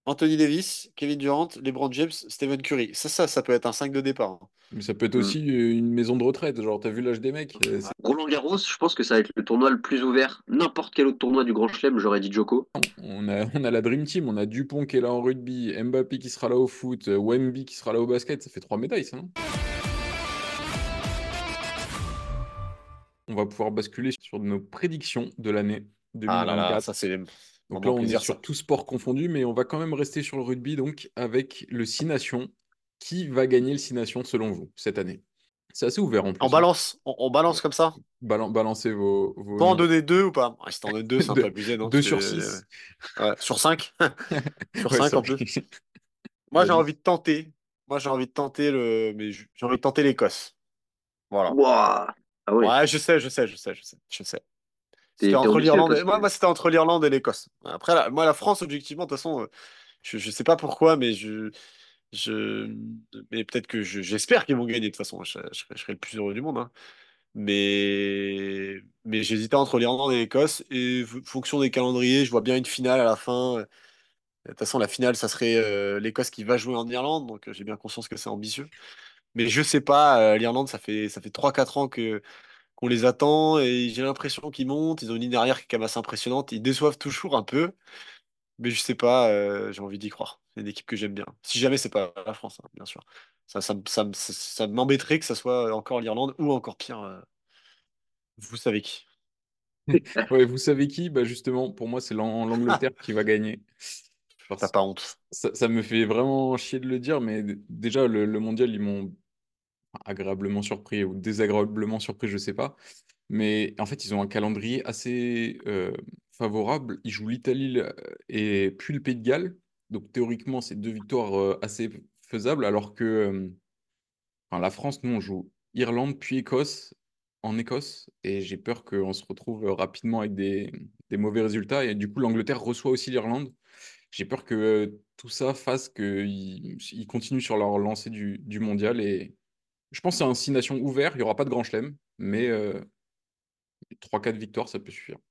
Anthony Davis, Kevin Durant, LeBron James, Stephen Curry. Ça peut être un 5 de départ, hein. Mais ça peut être Hmm. aussi une maison de retraite. Genre, t'as vu l'âge des mecs? Roland Garros, je pense que ça va être le tournoi le plus ouvert. N'importe quel autre tournoi du Grand Chelem, j'aurais dit Joko. On a la Dream Team. On a Dupont qui est là en rugby, Mbappé qui sera là au foot, Wemby qui sera là au basket. Ça fait 3 médailles, ça, non? On va pouvoir basculer sur nos prédictions de l'année Ah là là, 2024. ça c'est Donc là, vraiment on est plaisir sur ça. tout sport confondu, mais on va quand même rester sur le rugby, donc avec le Six Nations. Qui va gagner le Six Nations selon vous cette année? C'est assez ouvert en On plus, hein. balance, on balance comme ça. Balancez vos Toi en noms. donner deux ou pas? Ouais, si t'en donnes deux, c'est un peu De- abusé, non? Parce 2 que sur 6. ouais, sur 5. Sur Ouais, 5 ça. en plus. Moi j'ai Vas-y. envie de tenter. Moi j'ai envie de tenter j'ai envie de tenter l'Écosse. Voilà. Wouah! Ah ouais, Ouais, je sais. t'es Entre ambitieux, l'Irlande toi. et... moi c'était entre l'Irlande et l'Écosse. Après moi la France objectivement de toute façon je sais pas pourquoi mais je mais peut-être que j'espère qu'ils vont gagner de toute façon. Je serai le plus heureux du monde, hein. Mais j'hésitais entre l'Irlande et l'Écosse. Et fonction des calendriers, je vois bien une finale à la fin. De toute façon, la finale, ça serait l'Écosse qui va jouer en Irlande. Donc j'ai bien conscience que c'est ambitieux. Mais je sais pas, l'Irlande, ça fait 3 4 ans qu'on les attend. Et j'ai l'impression qu'ils montent. Ils ont une ligne derrière qui est quand même assez impressionnante. Ils déçoivent toujours un peu. Mais je sais pas, j'ai envie d'y croire. C'est une équipe que j'aime bien. Si jamais c'est pas la France, hein, bien sûr. Ça m'embêterait que ça soit encore l'Irlande ou encore pire, vous savez qui. Ouais, vous savez qui? Bah justement, pour moi, c'est l'Angleterre qui va gagner. T'as Parce pas honte. ça me fait vraiment chier de le dire, mais déjà, le mondial, ils m'ont agréablement surpris ou désagréablement surpris, je sais pas. Mais en fait, ils ont un calendrier assez favorable. Ils jouent l'Italie et puis le Pays de Galles. Donc théoriquement, c'est 2 victoires assez faisables, alors que enfin, la France, nous, on joue Irlande puis Écosse en Écosse. Et j'ai peur qu'on se retrouve rapidement avec des mauvais résultats. Et du coup, l'Angleterre reçoit aussi l'Irlande. J'ai peur que tout ça fasse qu'ils continuent sur leur lancée du mondial. Et je pense que c'est un six nations ouvert. Il n'y aura pas de grand chelem, mais 3-4 victoires, ça peut suffire.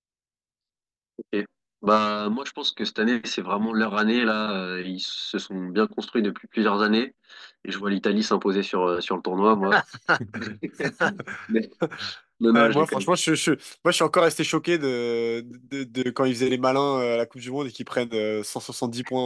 Ok. Bah, moi, je pense que cette année, c'est vraiment leur année, là. Ils se sont bien construits depuis plusieurs années. Et je vois l'Italie s'imposer sur le tournoi, moi. Mais, non, non, je Moi, déconne. franchement, moi, je suis encore resté choqué de quand ils faisaient les malins à la Coupe du Monde et qu'ils prennent 170 points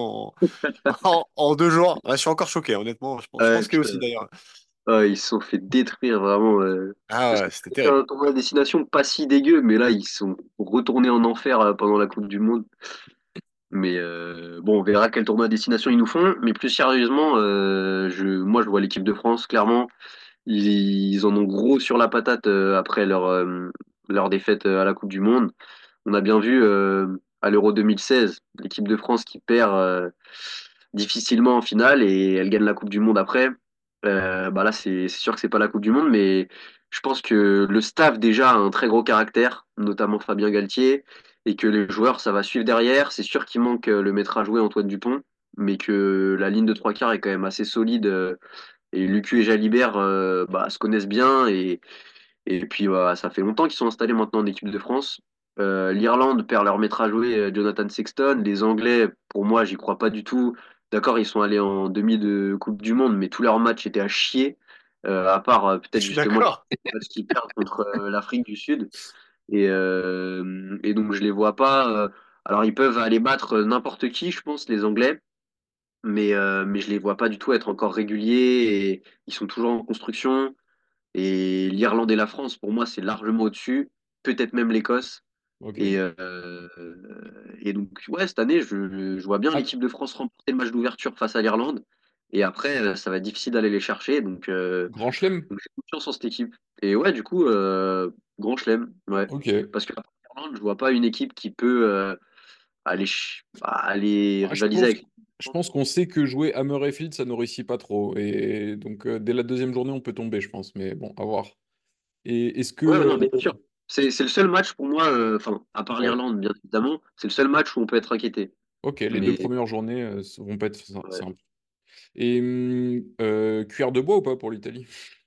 en 2 jours. Ouais, je suis encore choqué, honnêtement. Je pense que Putain. aussi, d'ailleurs. Ils se sont fait détruire, vraiment. Ah Parce que ouais, c'était c'était terrible. un tournoi à destination pas si dégueu, mais là, ils sont retournés en enfer pendant la Coupe du Monde. Mais bon, on verra quel tournoi à destination ils nous font. Mais plus sérieusement, moi, je vois l'équipe de France, clairement. Ils en ont gros sur la patate après leur défaite à la Coupe du Monde. On a bien vu à l'Euro 2016, l'équipe de France qui perd difficilement en finale et elle gagne la Coupe du Monde après. Bah là, c'est sûr que c'est pas la Coupe du Monde, mais je pense que le staff déjà a un très gros caractère, notamment Fabien Galtier, et que les joueurs, ça va suivre derrière. C'est sûr qu'il manque le maître à jouer Antoine Dupont, mais que la ligne de trois quarts est quand même assez solide. Et Lucu et Jalibert bah, se connaissent bien et puis bah, ça fait longtemps qu'ils sont installés maintenant en équipe de France. L'Irlande perd leur maître à jouer Jonathan Sexton. Les Anglais, pour moi, j'y crois pas du tout. D'accord, ils sont allés en demi de Coupe du Monde, mais tous leurs matchs étaient à chier, à part Je peut-être suis justement d'accord. les matchs qu'ils perdent contre l'Afrique du Sud. Et donc je les vois pas. Alors ils peuvent aller battre n'importe qui, je pense, les Anglais, mais je les vois pas du tout être encore réguliers et ils sont toujours en construction. Et l'Irlande et la France, pour moi, c'est largement au-dessus, peut-être même l'Écosse. Et, Ok. euh, et donc, ouais, cette année, je vois bien Ah, l'équipe de France remporter le match d'ouverture face à l'Irlande. Et après, ça va être difficile d'aller les chercher. Grand Chelem? Donc j'ai confiance en cette équipe. Et ouais, du coup, grand chelem. Ouais. Ok. Parce que l'Irlande, je vois pas une équipe qui peut aller Ah, rivaliser avec je la pense France. qu'on sait que jouer à Murrayfield, ça ne réussit pas trop. Et donc, dès la deuxième journée, on peut tomber, je pense. Mais bon, à voir. Et est-ce que... Ouais, non, mais c'est sûr. C'est le seul match pour moi, enfin, à part ouais. l'Irlande, bien évidemment, c'est le seul match où on peut être inquiété. Ok, les deux Mais premières journées vont pas être ouais. simples. Et cuillère de bois ou pas pour l'Italie?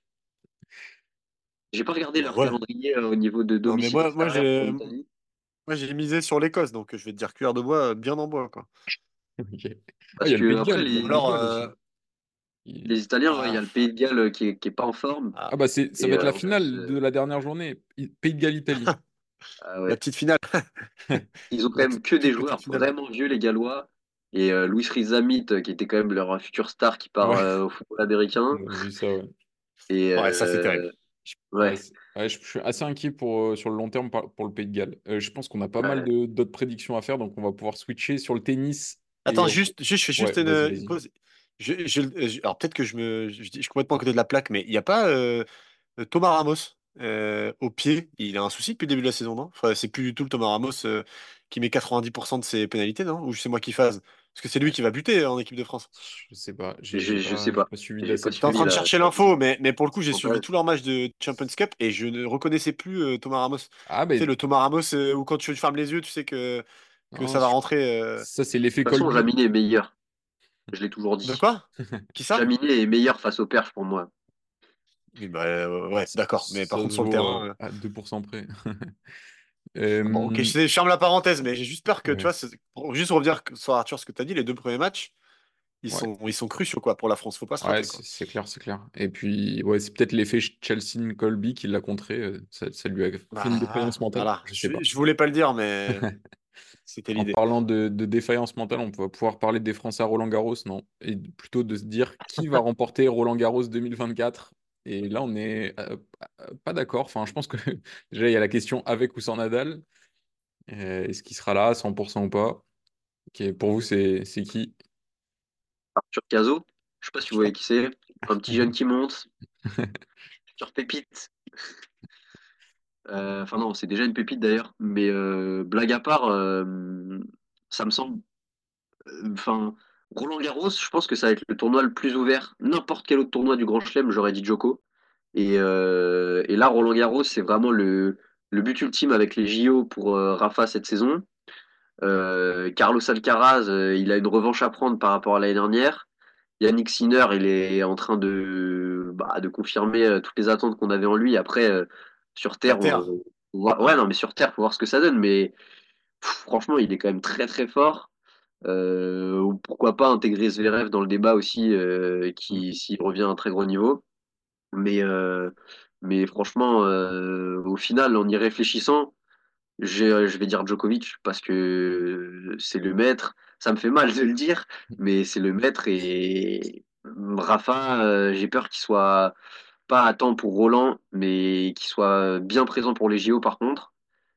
J'ai pas regardé leur Ouais. calendrier au niveau de Non, mais domicile moi extérieur pour l'Italie. j'ai misé sur l'Écosse, donc je vais te dire cuillère de bois bien en bois, quoi. Ok. Ah, il y Parce a le que Pays de après, Galles. Il y a Ou le Pays de alors, Galles aussi. les Italiens, ouais, il y ah, a le Pays de Galles qui est pas en forme. Ah ah, bah ça Et va être la en plus, finale de la dernière journée. Pays de Galles-Italie. ah la ouais, petite finale, ils ont quand la même que des toute petite joueurs finale. vraiment vieux, les Gallois. Et Luis Rizamit, qui était quand même leur futur star qui part Ouais, au football américain. j'ai vu ça, ouais. Et Ouais, ça c'est terrible. Ouais, ouais, je suis assez inquiet sur le long terme pour le Pays de Galles. Je pense qu'on a pas mal ouais. d'autres prédictions à faire, donc on va pouvoir switcher sur le tennis. Attends, je fais Ouais, juste vas-y, une vas-y. pause. Alors peut-être que je suis complètement à côté de la plaque, mais il n'y a pas Thomas Ramos au pied. Il a un souci depuis le début de la saison, non? Enfin, c'est plus du tout le Thomas Ramos qui met 90% de ses pénalités, non? Ou c'est moi qui phase? Parce que c'est lui Ouais, qui va buter en équipe de France. je sais pas, Je sais j'ai pas. pas suivi J'ai pas d'assez J'étais en près. suivi train de la chercher l'info, mais pour le coup, j'ai suivi mentale. tous leurs matchs de Champions Cup et je ne reconnaissais plus Thomas Ramos. Tu Ah, sais, mais le Thomas Ramos où quand tu fermes les yeux, tu sais que non, ça va rentrer. ça, c'est De l'effet toute façon, Colby. Jaminet est meilleur. Je l'ai toujours De dit. quoi? Qui ça? Jaminet est meilleur face au Perche pour moi. Oui, bah, ouais, d'accord. Mais par Ça contre, se sur le joue terrain. à 2% près. Bon, ok, Euh, je ferme la parenthèse, mais j'ai juste peur que, tu ouais. vois, pour juste revenir sur Arthur, ce que tu as dit, les deux premiers matchs, Ouais. ils sont cruciaux, quoi, pour la France. Faut pas se Ouais, rater, quoi. c'est clair, c'est clair. Et puis, ouais, c'est peut-être l'effet Chelsea-Colby qui l'a contré. Ça lui a fait une défaillance Ah, mentale. voilà. Je sais pas. Je voulais pas le dire, mais c'était En l'idée. parlant de défaillance mentale, on va pouvoir parler des Français à Roland-Garros, non? Et plutôt de se dire qui va remporter Roland-Garros 2024. Et là, on est pas d'accord. Enfin, je pense que déjà, il y a la question avec ou sans Nadal. Est-ce qu'il sera là à 100% ou pas? Ok, pour vous, c'est qui? Arthur Cazot, je sais pas si vous voyez qui c'est. Un petit jeune qui monte, sur pépite. Enfin non, c'est déjà une pépite d'ailleurs. Mais blague à part, ça me semble. Enfin, Roland-Garros, je pense que ça va être le tournoi le plus ouvert. N'importe quel autre tournoi du Grand Chelem, j'aurais dit Djoko. Et là, Roland-Garros, c'est vraiment le but ultime avec les JO pour Rafa cette saison. Carlos Alcaraz, il a une revanche à prendre par rapport à l'année dernière. Yannick Sinner, il est en train de confirmer toutes les attentes qu'on avait en lui. Après, sur À Terre, terre. ouais, Ouais. non, mais sur Terre, faut voir ce que ça donne. Mais franchement, il est quand même très très fort. Ou pourquoi pas intégrer Zverev dans le débat aussi, Mm. qui s'il revient à un très gros niveau. Mais, euh, mais franchement, au final, en y réfléchissant, je vais dire Djokovic parce que c'est le maître. Ça me fait mal de le dire, mais c'est le maître et Rafa, j'ai peur qu'il soit pas à temps pour Roland, mais qu'il soit bien présent pour les JO par contre.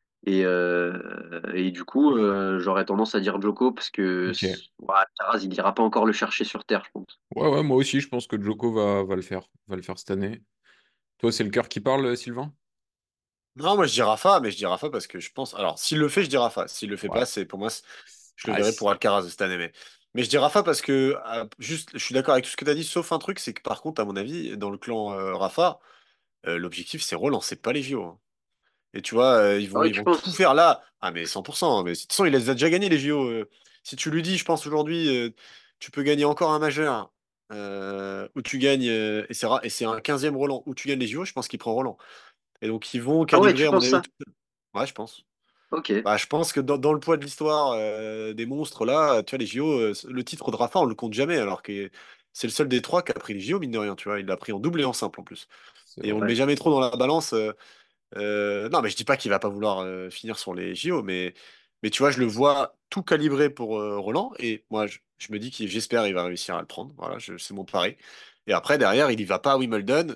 Et du coup, j'aurais tendance à dire Djoko parce que Ok. voilà, Alcaraz, il ira pas encore le chercher sur Terre, je pense. Ouais, ouais, moi aussi, je pense que Djoko va le faire. Va le faire cette année. Toi, c'est le cœur qui parle, Sylvain? Non, moi je dis Rafa, mais je dis Rafa parce que je pense. Alors, s'il le fait, je dis Rafa. S'il le fait Ouais. pas, c'est pour moi, je le Ah, verrai pour Alcaraz cette année. Mais je dis Rafa parce que, juste, je suis d'accord avec tout ce que tu as dit, sauf un truc, c'est que par contre, à mon avis, dans le clan Rafa, l'objectif c'est Roland, c'est pas les JO, hein. Et tu vois, Ah oui, ils tu vont tout penses? faire là. Ah, mais 100%, hein. Mais de toute façon, il les a déjà gagnés, les JO. Si tu lui dis, je pense aujourd'hui, tu peux gagner encore un majeur où tu gagnes, et c'est un 15e Roland, où tu gagnes les JO, je pense qu'il prend Roland. Et donc, ils vont Ah ouais, calibrer, tu à mon penses avis, ça? tout. Ouais, je pense. Ok. Bah, je pense que dans le poids de l'histoire des monstres, là, tu vois, les JO, le titre de Rafa, on le compte jamais, alors que c'est le seul des trois qui a pris les JO, mine de rien, tu vois. Il l'a pris en double et en simple en plus. c'est Et on vrai. le met Ouais. jamais trop dans la balance. Non, mais je dis pas qu'il va pas vouloir finir sur les JO, mais tu vois, je le vois tout calibré pour Roland, et moi, je me dis que j'espère qu'il va réussir à le prendre. Voilà, c'est mon pari. Et après, derrière, il y va pas à Wimbledon,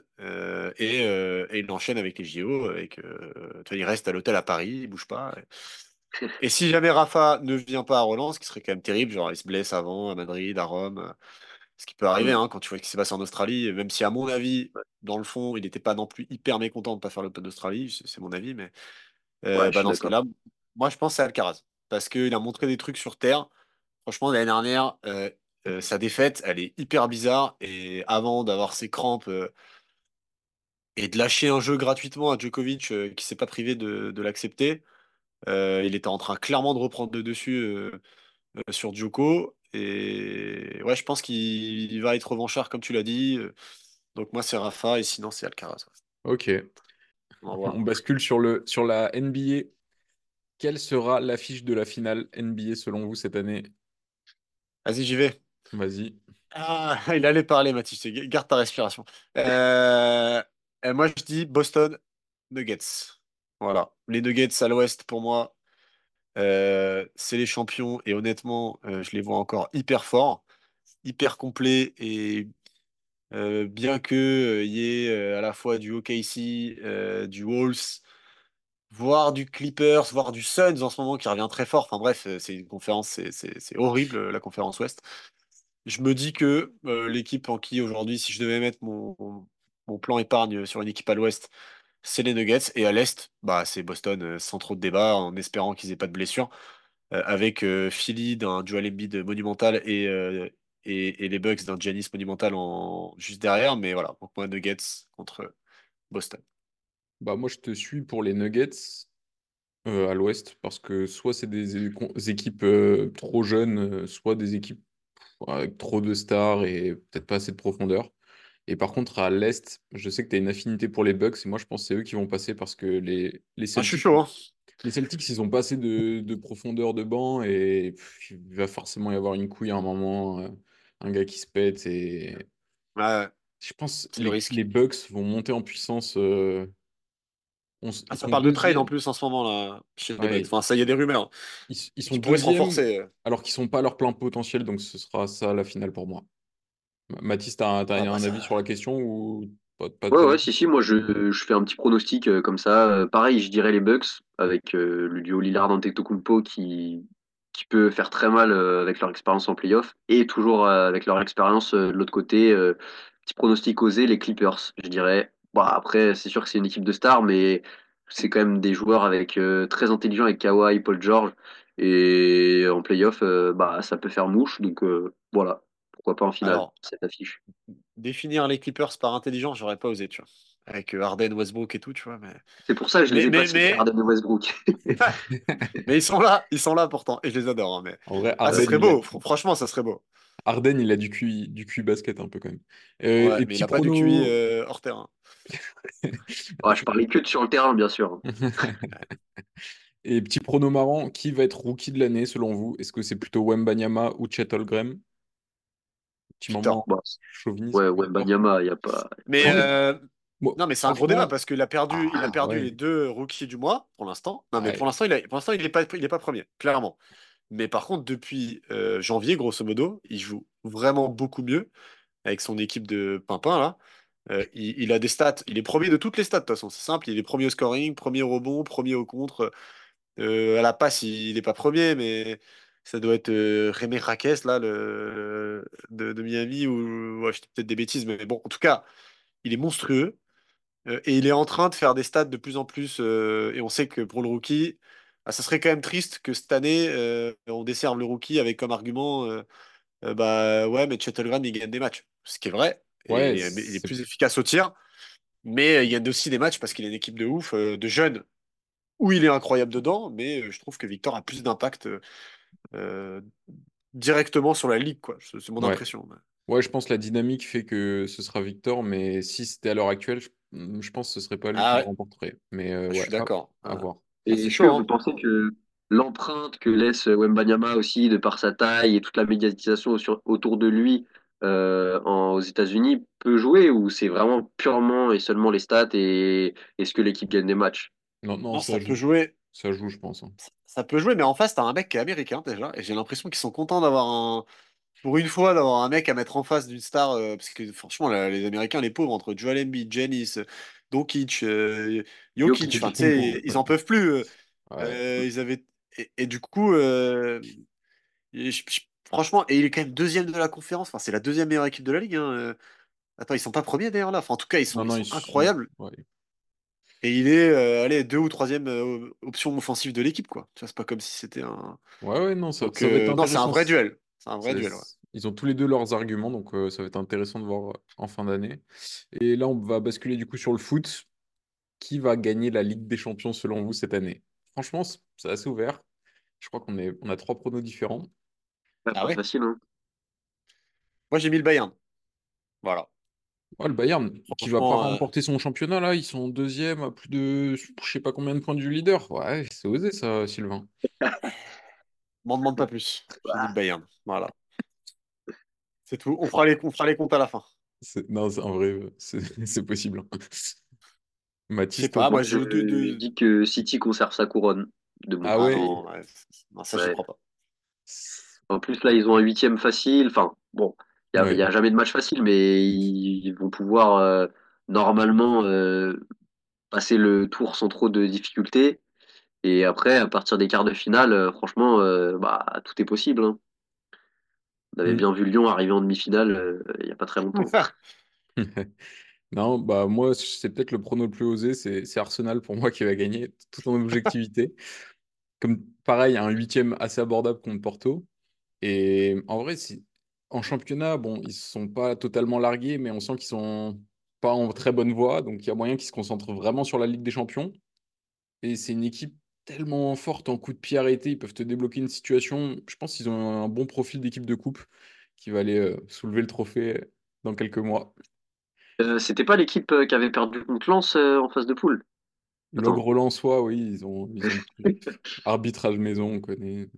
et il enchaîne avec les JO, tu vois, il reste à l'hôtel à Paris, il bouge pas. Et si jamais Rafa ne vient pas à Roland, ce qui serait quand même terrible, genre il se blesse avant à Madrid, à Rome, ce qui peut arriver Hmm. hein, quand tu vois ce qui s'est passé en Australie, même si à mon avis, dans le fond, il n'était pas non plus hyper mécontent de ne pas faire l'Open d'Australie, c'est mon avis, mais Ouais, je bah, suis dans ce d'accord. cas-là, moi je pense que c'est Alcaraz, parce qu'il a montré des trucs sur Terre. Franchement, l'année dernière, sa défaite, elle est hyper bizarre, et avant d'avoir ses crampes et de lâcher un jeu gratuitement à Djokovic qui s'est pas privé de l'accepter, il était en train clairement de reprendre le dessus. Sur Djoko. Et ouais, je pense qu'il va être revanchard, comme tu l'as dit. Donc moi, c'est Rafa, et sinon, c'est Alcaraz. Ouais. Ok. On va On voir. bascule sur la NBA. Quelle sera l'affiche de la finale NBA selon vous cette année? Vas-y, j'y vais. Vas-y. Ah, il allait parler, Mathis. Garde ta respiration. Euh, moi, je dis Boston Nuggets. Voilà. Les Nuggets à l'ouest, pour moi, c'est les champions. Et honnêtement, je les vois encore hyper forts, hyper complets. Et bien que y ait à la fois du OKC, du Wolves, voire du Clippers, voire du Suns en ce moment qui revient très fort. Enfin bref, c'est une conférence, c'est horrible, la conférence ouest. Je me dis que l'équipe en qui aujourd'hui, si je devais mettre mon plan épargne sur une équipe à l'ouest, c'est les Nuggets. Et à l'est, bah, c'est Boston sans trop de débat, en espérant qu'ils aient pas de blessures. Avec Philly d'un Joel Embiid monumental et les Bucks d'un Giannis monumental juste derrière. Mais voilà, donc moi, Nuggets contre Boston. Bah, moi, je te suis pour les Nuggets à l'Ouest parce que soit c'est des équipes trop jeunes, soit des équipes avec trop de stars et peut-être pas assez de profondeur. Et par contre, à l'Est, je sais que tu as une affinité pour les Bucks et moi, je pense que c'est eux qui vont passer parce que les Ah, je suis Celtics, chaud, hein. les Celtics, ils ont pas assez de profondeur de banc et il va forcément y avoir une couille à un moment, un gars qui se pète et Ouais, je pense que c'est le les risque. Bucks vont monter en puissance. Ah, Ils ça sont parle de trade en deuxième. plus en ce moment là chez les Bucks. Ouais, Enfin, ça y est des rumeurs ils sont qui pourraient se deuxième renforcer. alors qu'ils sont pas à leur plein potentiel, donc ce sera ça la finale pour moi. Mathis, t'as Ah bah un avis sur ça. la question ou pas Ouais, trop ouais, du tout? si, si, moi je fais un petit pronostic comme ça. Pareil, je dirais les Bucks avec le duo Lillard-Antetokounmpo qui peut faire très mal avec leur expérience en playoff et toujours avec leur expérience de l'autre côté. Petit pronostic osé, les Clippers, je dirais. Bon, après, c'est sûr que c'est une équipe de stars, mais c'est quand même des joueurs avec très intelligents avec Kawhi, Paul George. Et en playoff, bah, ça peut faire mouche. Donc voilà, pourquoi pas en finale, Alors, cette affiche. définir les Clippers par intelligent, j'aurais pas osé, tu vois. Avec Harden, Westbrook et tout, tu vois. C'est pour ça que je les Mais, ai pas mais, cités, mais, Harden et Westbrook. mais ils sont là pourtant, et je les adore, hein, mais En vrai, ah, ça serait beau. Franchement, ça serait beau. Harden, il a du QI basket un peu quand même. Ouais, Et mais il petit a pas de QI prono. hors terrain. Ouais, je parlais que de sur le terrain, bien sûr. Et petit prono marrant, qui va être rookie de l'année selon vous? Est-ce que c'est plutôt Wembanyama ou Chet Holmgren? Petit Victor. moment Bah, chauviniste, ouais, Victor. Wembanyama, il y a pas. Mais Non mais moi, non, mais c'est un gros débat franchement, parce qu'il il a ah perdu les ouais, deux rookies du mois pour l'instant. Non, mais ouais, pour l'instant, il est pas premier, clairement. Mais par contre, depuis janvier, grosso modo, il joue vraiment beaucoup mieux avec son équipe de Pimpin là. Il a des stats, il est premier de toutes les stats de toute façon, c'est simple. Il est premier au scoring, premier au rebond, premier au contre. À la passe, il n'est pas premier, mais ça doit être Rémi Raquez là, de Miami ou ouais, je dis peut-être des bêtises, mais bon, en tout cas, il est monstrueux. Et il est en train de faire des stats de plus en plus. Et on sait que pour le rookie, ah, ça serait quand même triste que cette année, on desserve le rookie avec comme argument bah ouais, mais Chettelgren, il gagne des matchs. Ce qui est vrai. ouais, Et il est plus efficace au tir. Mais il gagne aussi des matchs parce qu'il a une équipe de ouf, de jeunes, où il est incroyable dedans. Mais je trouve que Victor a plus d'impact euh, directement sur la ligue, quoi. C'est mon ouais, impression. ouais, je pense que la dynamique fait que ce sera Victor, mais si c'était à l'heure actuelle, je pense que ce serait pas lui qui Ah le ouais, remporterait. Mais je ouais, suis d'accord. à Ah, voir. ah, Et c'est est-ce que chaud, vous hein. pensez que l'empreinte que laisse Wembanyama aussi, de par sa taille et toute la médiatisation autour de lui aux États-Unis, peut jouer ou c'est vraiment purement et seulement les stats et est-ce que l'équipe gagne des matchs? Non, non, Non, ça peut jouer. ça joue, je pense, hein. Ça peut jouer, mais en face, t'as un mec qui est américain déjà, et j'ai l'impression qu'ils sont contents d'avoir pour une fois, d'avoir un mec à mettre en face d'une star, parce que franchement, les Américains, les pauvres, entre Joel Embiid, Giannis, Doncic, Jokic, Jokic. enfin, tu Antetokounmpo, sais, ils en peuvent plus. ouais. Ils avaient et du coup, franchement, et il est quand même deuxième de la conférence. Enfin, c'est la deuxième meilleure équipe de la ligue, hein. Attends, ils sont pas premiers d'ailleurs là. Enfin, en tout cas, Non, ils non, sont incroyables. ouais. Et il est, allez, deux ou troisième option offensive de l'équipe, quoi. Tu vois, c'est pas comme si c'était un. Ouais, ouais, non, Donc, ça va être non, c'est un intéressant. vrai duel. C'est un vrai duel, ouais. Ils ont tous les deux leurs arguments, donc ça va être intéressant de voir en fin d'année. Et là, on va basculer du coup sur le foot. Qui va gagner la Ligue des Champions selon vous cette année? Franchement, c'est assez ouvert. Je crois on a trois pronos différents. Pas Ah ouais? facile, hein. Moi, j'ai mis le Bayern. Voilà. Ouais, le Bayern, qui va pas Franchement, remporter son championnat là, ils sont deuxième à plus de je sais pas combien de points du leader. Ouais, c'est osé ça, Sylvain. m'en demande pas plus. J'ai dit le Bayern. Voilà. C'est tout. On fera les comptes à la fin. Non, en vrai, c'est c'est possible, hein. Je sais Mathis, toi, pas, Moi, moi, je dis que City conserve sa couronne, de mon ah Ah ouais, côté. non, ouais, non, ça, j'y Ouais. crois pas. En plus, là, ils ont un huitième facile. Enfin, bon, il y ouais. a jamais de match facile, mais ils vont pouvoir normalement passer le tour sans trop de difficultés. Et après, à partir des quarts de finale, franchement, bah, tout est possible, hein. On avait Hmm. bien vu Lyon arriver en demi-finale il n'y a pas très longtemps. Non, bah moi, c'est peut-être le prono le plus osé, c'est Arsenal pour moi qui va gagner, tout en objectivité. Comme pareil, un huitième assez abordable contre Porto. Et en vrai, en championnat, bon, ils sont pas totalement largués, mais on sent qu'ils sont pas en très bonne voie. Donc il y a moyen qu'ils se concentrent vraiment sur la Ligue des Champions. Et c'est une équipe tellement forte en coup de pied arrêté, ils peuvent te débloquer une situation. Je pense qu'ils ont un bon profil d'équipe de coupe qui va aller soulever le trophée dans quelques mois. C'était pas l'équipe qui avait perdu contre Lens en phase de poule. Attends. L'ogre lensois, oui, ils ont arbitrage maison, on connaît.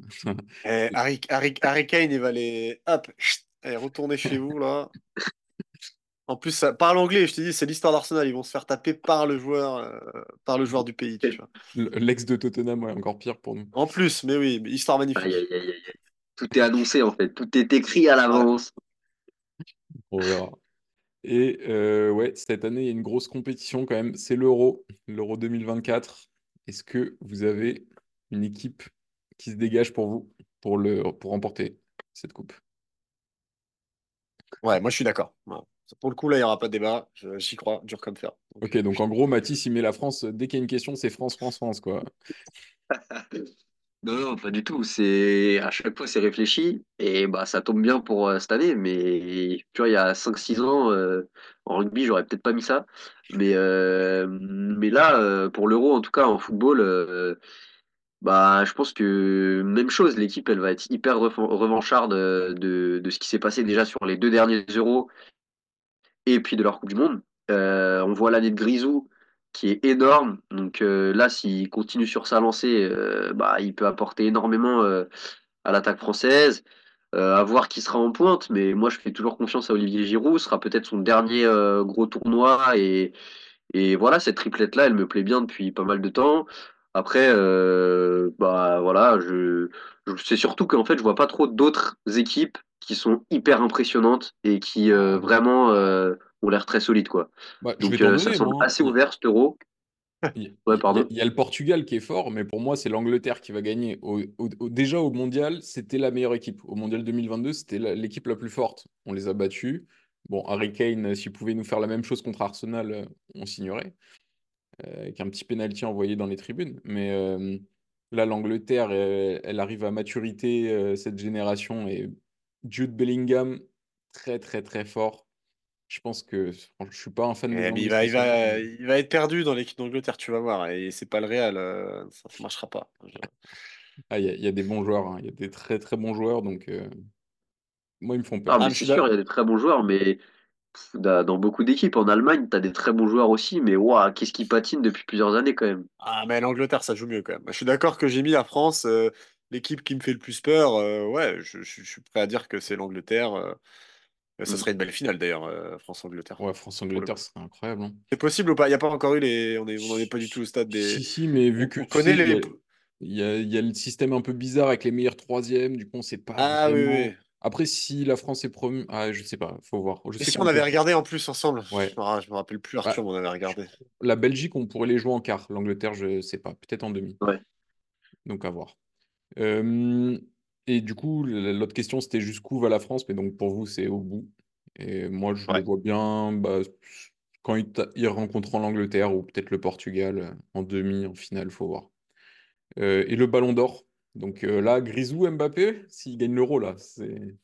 Harry Kane, il va les... Hop, chut, allez, retournez chez vous, là. En plus, ça parle anglais, je te dis, c'est l'histoire d'Arsenal. Ils vont se faire taper par le joueur du pays, tu vois. L'ex de Tottenham, ouais, encore pire pour nous. En plus, mais oui, mais histoire Aïe, aïe, magnifique. aïe, aïe. Tout est annoncé en fait, tout est écrit à Ouais. l'avance. On verra. Et ouais, cette année, il y a une grosse compétition quand même, c'est l'Euro 2024. Est-ce que vous avez une équipe qui se dégage pour vous pour remporter cette coupe? Ouais, moi je suis d'accord. Ouais. Pour le coup, là, il n'y aura pas de débat. J'y crois, dur comme fer. Donc, Ok, donc en gros, Mathis, il met la France, dès qu'il y a une question, c'est France, France, France, quoi. Non, non, pas du tout. C'est à chaque fois c'est réfléchi et bah ça tombe bien pour cette année. Mais tu vois, il y a 5 6 ans en rugby, j'aurais peut-être pas mis ça. Mais là, pour l'Euro, en tout cas en football, bah je pense que même chose. L'équipe, elle va être hyper revancharde de ce qui s'est passé déjà sur les 2 derniers Euros et puis de leur Coupe du Monde. On voit l'année de Grisou qui est énorme. Donc là, s'il continue sur sa lancée, bah, il peut apporter énormément à l'attaque française. À voir qui sera en pointe, mais moi je fais toujours confiance à Olivier Giroud. Ce sera peut-être son dernier gros tournoi et voilà, cette triplette-là, elle me plaît bien depuis pas mal de temps. Après, bah voilà, c'est surtout qu'en fait, je vois pas trop d'autres équipes qui sont hyper impressionnantes et qui Ah, vraiment ont l'air très solides, quoi. bah, je vais Donc t'en ça donner, semble moi, hein. assez ouvert cet euro. Ouais, pardon. Il y a le Portugal qui est fort, mais pour moi, c'est l'Angleterre qui va gagner. Déjà au Mondial, c'était la meilleure équipe. Au Mondial 2022, c'était l'équipe la plus forte. On les a battus. Bon, Harry Kane, s'il pouvait nous faire la même chose contre Arsenal, on signerait, avec un petit penalty envoyé dans les tribunes. Mais là, l'Angleterre, elle arrive à maturité, cette génération. Et Jude Bellingham, très, très, très fort. Je pense que franchement, je suis pas un fan des mais Anglais spécialement, mais il va être perdu dans l'équipe d'Angleterre, tu vas voir. Et c'est pas le Real, ça ne marchera pas. ah, il y a des bons joueurs, hein. Il y a des très, très bons joueurs. Donc, moi, ils me font Ah, peur. mais Ah, mais je c'est suis sûr, là. il y a des très bons joueurs, mais dans beaucoup d'équipes, en Allemagne, tu as des très bons joueurs aussi, mais waouh, qu'est-ce qui patine depuis plusieurs années quand même. Ah, mais l'Angleterre, ça joue mieux quand même. Je suis d'accord que j'ai mis la France, l'équipe qui me fait le plus peur. Ouais, je suis prêt à dire que c'est l'Angleterre. Ça Mm. serait une belle finale d'ailleurs, France-Angleterre, Ouais, pour le France-Angleterre, coup. ce serait incroyable, hein. C'est possible ou pas? Il n'y a pas encore eu les. On n'en est pas du tout au stade Si, des. si, mais vu que On tu sais, connaît les. il y a le système un peu bizarre avec les meilleurs troisièmes, du coup, on sait pas Ah oui, oui. vraiment. Après, si la France est promue, ah, je sais pas, faut voir. Je Et sais si qu'on on peut. avait regardé en plus ensemble? Ouais. Je me rappelle plus, Arthur, Bah, mais on avait regardé. la Belgique, on pourrait les jouer en quart. L'Angleterre, je sais pas, peut-être en demi. Ouais. Donc, à voir. Euh, et du coup, l'autre question, c'était jusqu'où va la France, mais donc pour vous, c'est au bout. Et moi, je les Ouais. vois bien bah, quand ils rencontreront l'Angleterre ou peut-être le Portugal en demi, en finale, faut voir. Et le Ballon d'Or. Donc là, Grisou, Mbappé, s'ils gagnent l'Euro, là, c'est...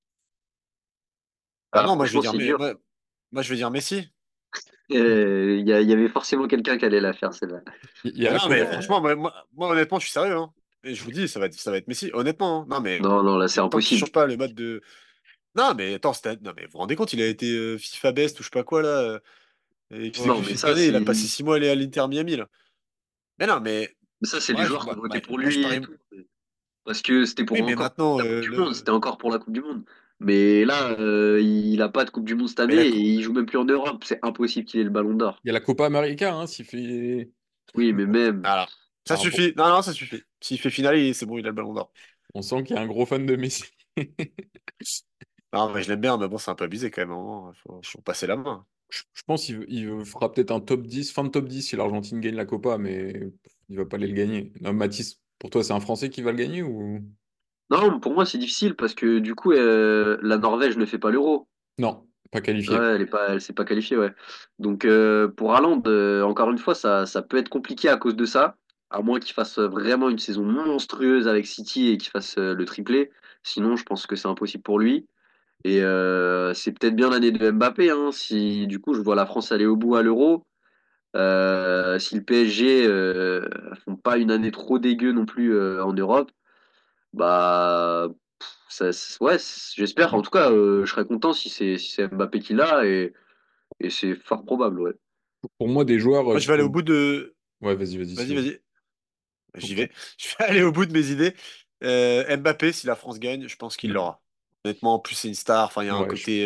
Ah Ah, non, franchement, c'est dur. moi, je vais dire Messi. Il y avait forcément quelqu'un qui allait la faire, celle-là. Il y Ah a non, mais Euh, franchement, honnêtement, je suis sérieux, hein. Et je vous dis, ça va être Messi, honnêtement, hein. Non, mais non, non, là, c'est tant qu'il impossible. change pas le mode de. Non, mais attends, non, mais vous vous rendez compte, il a été FIFA Best ou je sais pas quoi, là. Et Non, mais exécutif de ça, l'année, il a c'est passé 6 mois à l'Inter Miami, là. Mais non, mais. ça, c'est les Ouais, joueurs qui ont voté pour moi, je lui et parie. tout. Parce que c'était pour Oui, mais encore maintenant, la Coupe du Monde, c'était encore pour la Coupe du Monde. Mais là, il a pas de Coupe du Monde cette Mais année et il joue même plus en Europe. C'est impossible qu'il ait le Ballon d'Or. Il y a la Copa América, hein, s'il fait. Oui, mais même. voilà. Ça Alors, suffit. Non, non, ça suffit. S'il fait finale, c'est bon, il a le ballon d'or. on sent qu'il y a un gros fan de Messi. Non, mais je l'aime bien, mais bon, c'est un peu abusé quand même. À un moment. Faut passer la main. Je pense qu'il fera peut-être un top 10, fin de top 10 si l'Argentine gagne la Copa, mais il va pas aller le gagner. Non, Mathis, pour toi, c'est un Français qui va le gagner ou... Non, pour moi, c'est difficile parce que du coup, la Norvège ne fait pas l'Euro. Non, pas Ouais, qualifié. elle s'est pas qualifiée, ouais. Donc pour Haaland, encore une fois, ça peut être compliqué à cause de ça, à moins qu'il fasse vraiment une saison monstrueuse avec City et qu'il fasse le triplé. Sinon, je pense que c'est impossible pour lui. Et c'est peut-être bien l'année de Mbappé, hein, si du coup je vois la France aller au bout à l'Euro. Si le PSG font pas une année trop dégueu non plus en Europe, bah ouais, j'espère. En tout cas, je serais content si c'est Mbappé qui l'a et c'est fort probable, ouais. Pour moi, des joueurs Moi, je qui vais aller peuvent... au bout de. Ouais, vas-y, Vas-y, sinon. vas-y. J'y vais. Je vais aller au bout de mes idées. Mbappé, si la France gagne, je pense qu'il l'aura. Honnêtement, en plus, c'est une star. Enfin, il y a un Ouais, côté.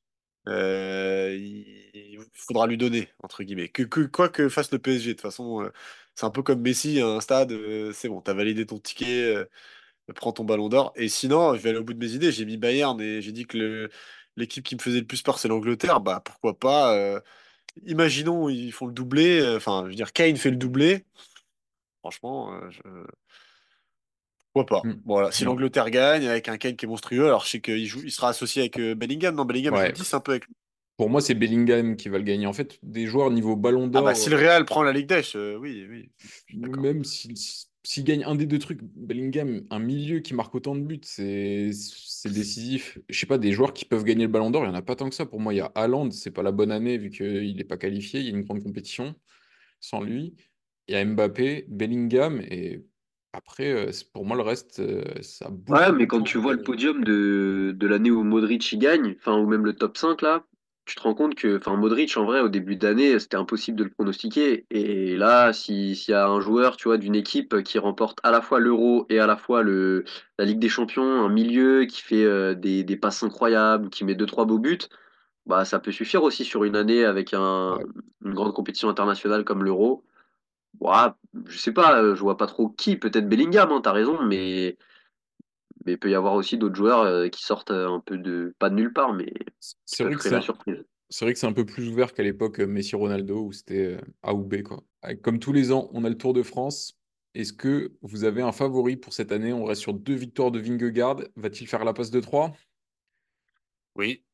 Il faudra lui donner, entre guillemets. Quoi que fasse le PSG, de toute façon, c'est un peu comme Messi, à un stade, c'est bon, t'as validé ton ticket, prends ton ballon d'or. Et sinon, je vais aller au bout de mes idées. J'ai mis Bayern et j'ai dit que l'équipe qui me faisait le plus peur, c'est l'Angleterre. Bah, pourquoi pas. Imaginons, ils font le doublé. Enfin, je veux dire, Kane fait le doublé. Franchement, pourquoi pas. Mm. Voilà, si Ouais. l'Angleterre gagne avec un Kane qui est monstrueux, alors je sais qu'il joue, il sera associé avec Bellingham. Non, Bellingham joue Ouais. 10 un peu avec. Pour moi, c'est Bellingham qui va le gagner. En fait, des joueurs niveau Ballon Ah bah d'Or, si le Real prend la Ligue des, oui, oui, je suis d'accord. même s'il gagne un des deux trucs, Bellingham, un milieu qui marque autant de buts, c'est décisif. Je sais pas, des joueurs qui peuvent gagner le Ballon d'Or, il y en a pas tant que ça. Pour moi, il y a Haaland, c'est pas la bonne année vu qu'il n'est pas qualifié, il y a une grande compétition sans lui. Il y a Mbappé, Bellingham, et après, pour moi, le reste, ça a Ouais, beaucoup mais peu de quand chances tu de vois le gagner. podium de l'année où Modric y gagne, enfin, ou même le top 5 là, tu te rends compte que, enfin, Modric, en vrai, au début d'année, c'était impossible de le pronostiquer. Et là, s'il y a un joueur, tu vois, d'une équipe qui remporte à la fois l'Euro et à la fois la Ligue des Champions, un milieu qui fait des passes incroyables, qui met deux, trois beaux buts, bah, ça peut suffire aussi sur une année avec Ouais. une grande compétition internationale comme l'Euro. Ouah, je sais pas, je vois pas trop qui, peut-être Bellingham, hein, t'as raison, mais il peut y avoir aussi d'autres joueurs qui sortent un peu de, pas de nulle part, mais qui C'est peuvent vrai que créer c'est la un, surprise. c'est vrai que c'est un peu plus ouvert qu'à l'époque Messi-Ronaldo où c'était A ou B, quoi. Comme tous les ans, on a le Tour de France. Est-ce que vous avez un favori pour cette année? On reste sur deux victoires de Vingegaard. Va-t-il faire la passe de 3? Oui.